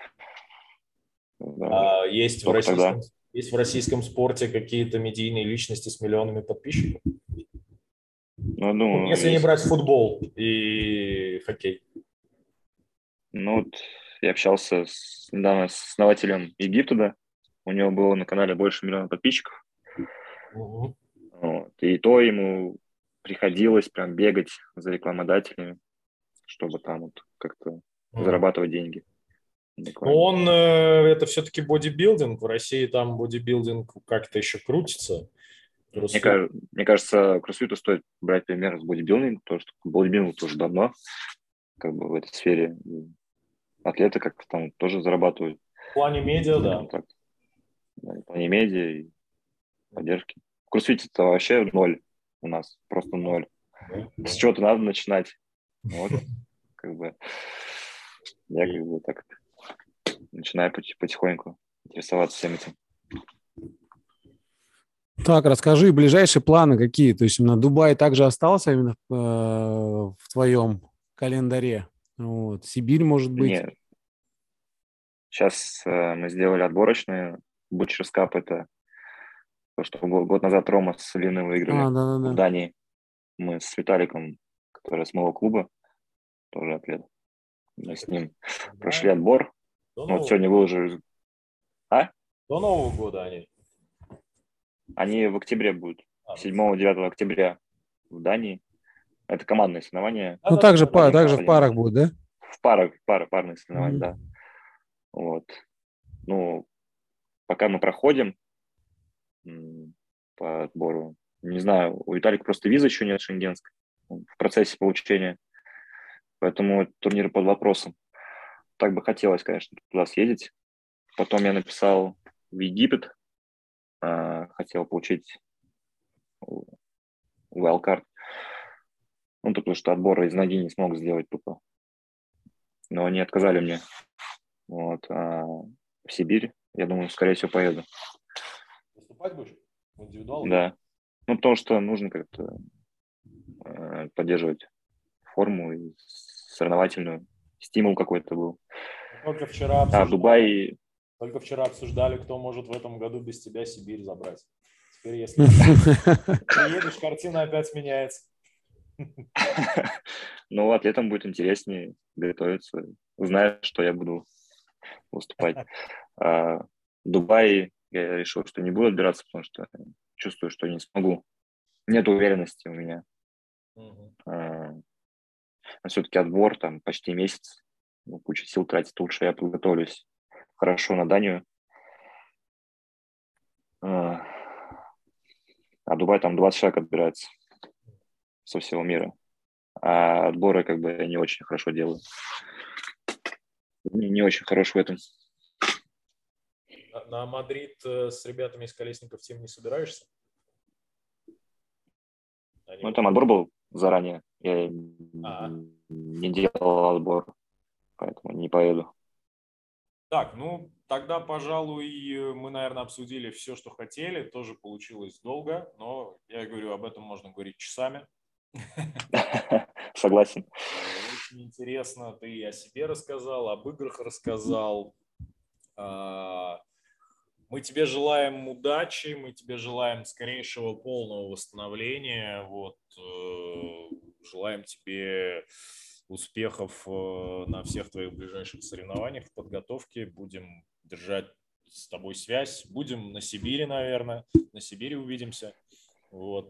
Да. Есть в российском спорте какие-то медийные личности с миллионами подписчиков? Ну, думаю, если не брать футбол и хоккей. Ну, вот я общался недавно с основателем Египтуда. У него было на канале больше миллиона подписчиков. Угу. Вот. И то ему приходилось прям бегать за рекламодателями, чтобы там вот как-то зарабатывать деньги. Но это все-таки бодибилдинг. В России там бодибилдинг как-то еще крутится. Мне кажется, кроссфиту стоит брать пример с бодибилдингом, потому что бодибилдинг тоже давно как бы в этой сфере. Атлеты как-то там тоже зарабатывают. В плане медиа, да. Так. Да, в плане медиа и поддержки. В кроссфите-то вообще ноль у нас, просто ноль. С чего-то надо начинать. Вот, как бы, я как бы так начинаю потихоньку интересоваться всем этим. Так, расскажи, ближайшие планы какие? То есть именно Дубай также остался именно в твоем календаре? Вот. Сибирь, может быть? Нет. Сейчас мы сделали отборочную. Butchers Cup – это то, что год назад Рома с Линой выиграли в Дании. Мы с Виталиком, который с моего клуба, тоже атлет. Мы с ним прошли отбор. Вот сегодня выложили. До Нового года они? Они в октябре будут. 7-9 октября в Дании. Это командные соревнования. Ну, также в парах будут, да? В парные соревнования, да. Вот. Ну, пока мы проходим по отбору, не знаю, у Виталика просто виза еще нет шенгенской в процессе получения, поэтому турнир под вопросом. так бы хотелось, конечно, туда съездить. Потом я написал в Египет, хотел получить wildcard. Ну, потому что отбора из ноги не смог сделать тупо. Но они отказали мне. Вот. В Сибирь, я думаю, скорее всего, поеду. Выступать будешь в индивидуал? Да. Ну, потому что нужно как-то поддерживать форму и соревновательную. Стимул какой-то был. Только вчера В Дубае... Только вчера обсуждали, кто может в этом году без тебя Сибирь забрать. Теперь, если приедешь, картина опять меняется. Ну, атлетам будет интереснее готовиться, зная, что я буду выступать. В Дубае я решил, что не буду отбираться, потому что чувствую, что не смогу. Нет уверенности у меня. Все-таки отбор там почти месяц. Куча сил тратить. Лучше я подготовлюсь хорошо на Данию. А Дубай там 20 человек отбирается со всего мира. А отборы как бы я не очень хорошо делаю. Не очень хорош в этом. На Мадрид с ребятами из Колесников Тим не собираешься? Ну, там отбор был заранее. Я не делал отбор, поэтому не поеду. Так, ну, тогда, пожалуй, мы, наверное, обсудили все, что хотели. Тоже получилось долго, но, я говорю, об этом можно говорить часами. Согласен. Очень интересно. Ты о себе рассказал, об играх рассказал. Мы тебе желаем удачи, мы тебе желаем скорейшего полного восстановления. Вот, желаем тебе успехов на всех твоих ближайших соревнованиях в подготовке. Будем держать с тобой связь. Будем на Сибири, наверное. На Сибири увидимся. Вот.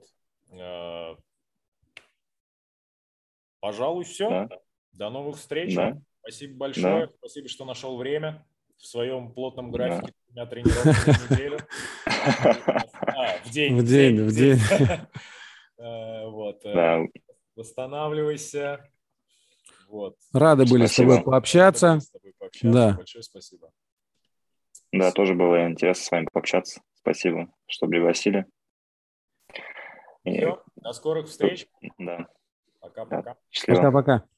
Пожалуй, все. Да. До новых встреч. Да. Спасибо большое. Да. Спасибо, что нашел время в своем плотном графике. Да. Тренировок в неделю. В день. Вот. Да. Восстанавливайся. Вот. Рады были с тобой пообщаться. Да. Большое спасибо. Да, тоже было интересно с вами пообщаться. Спасибо, что пригласили. Все. До скорых встреч. Да. Пока-пока. Счастливо. Пока-пока.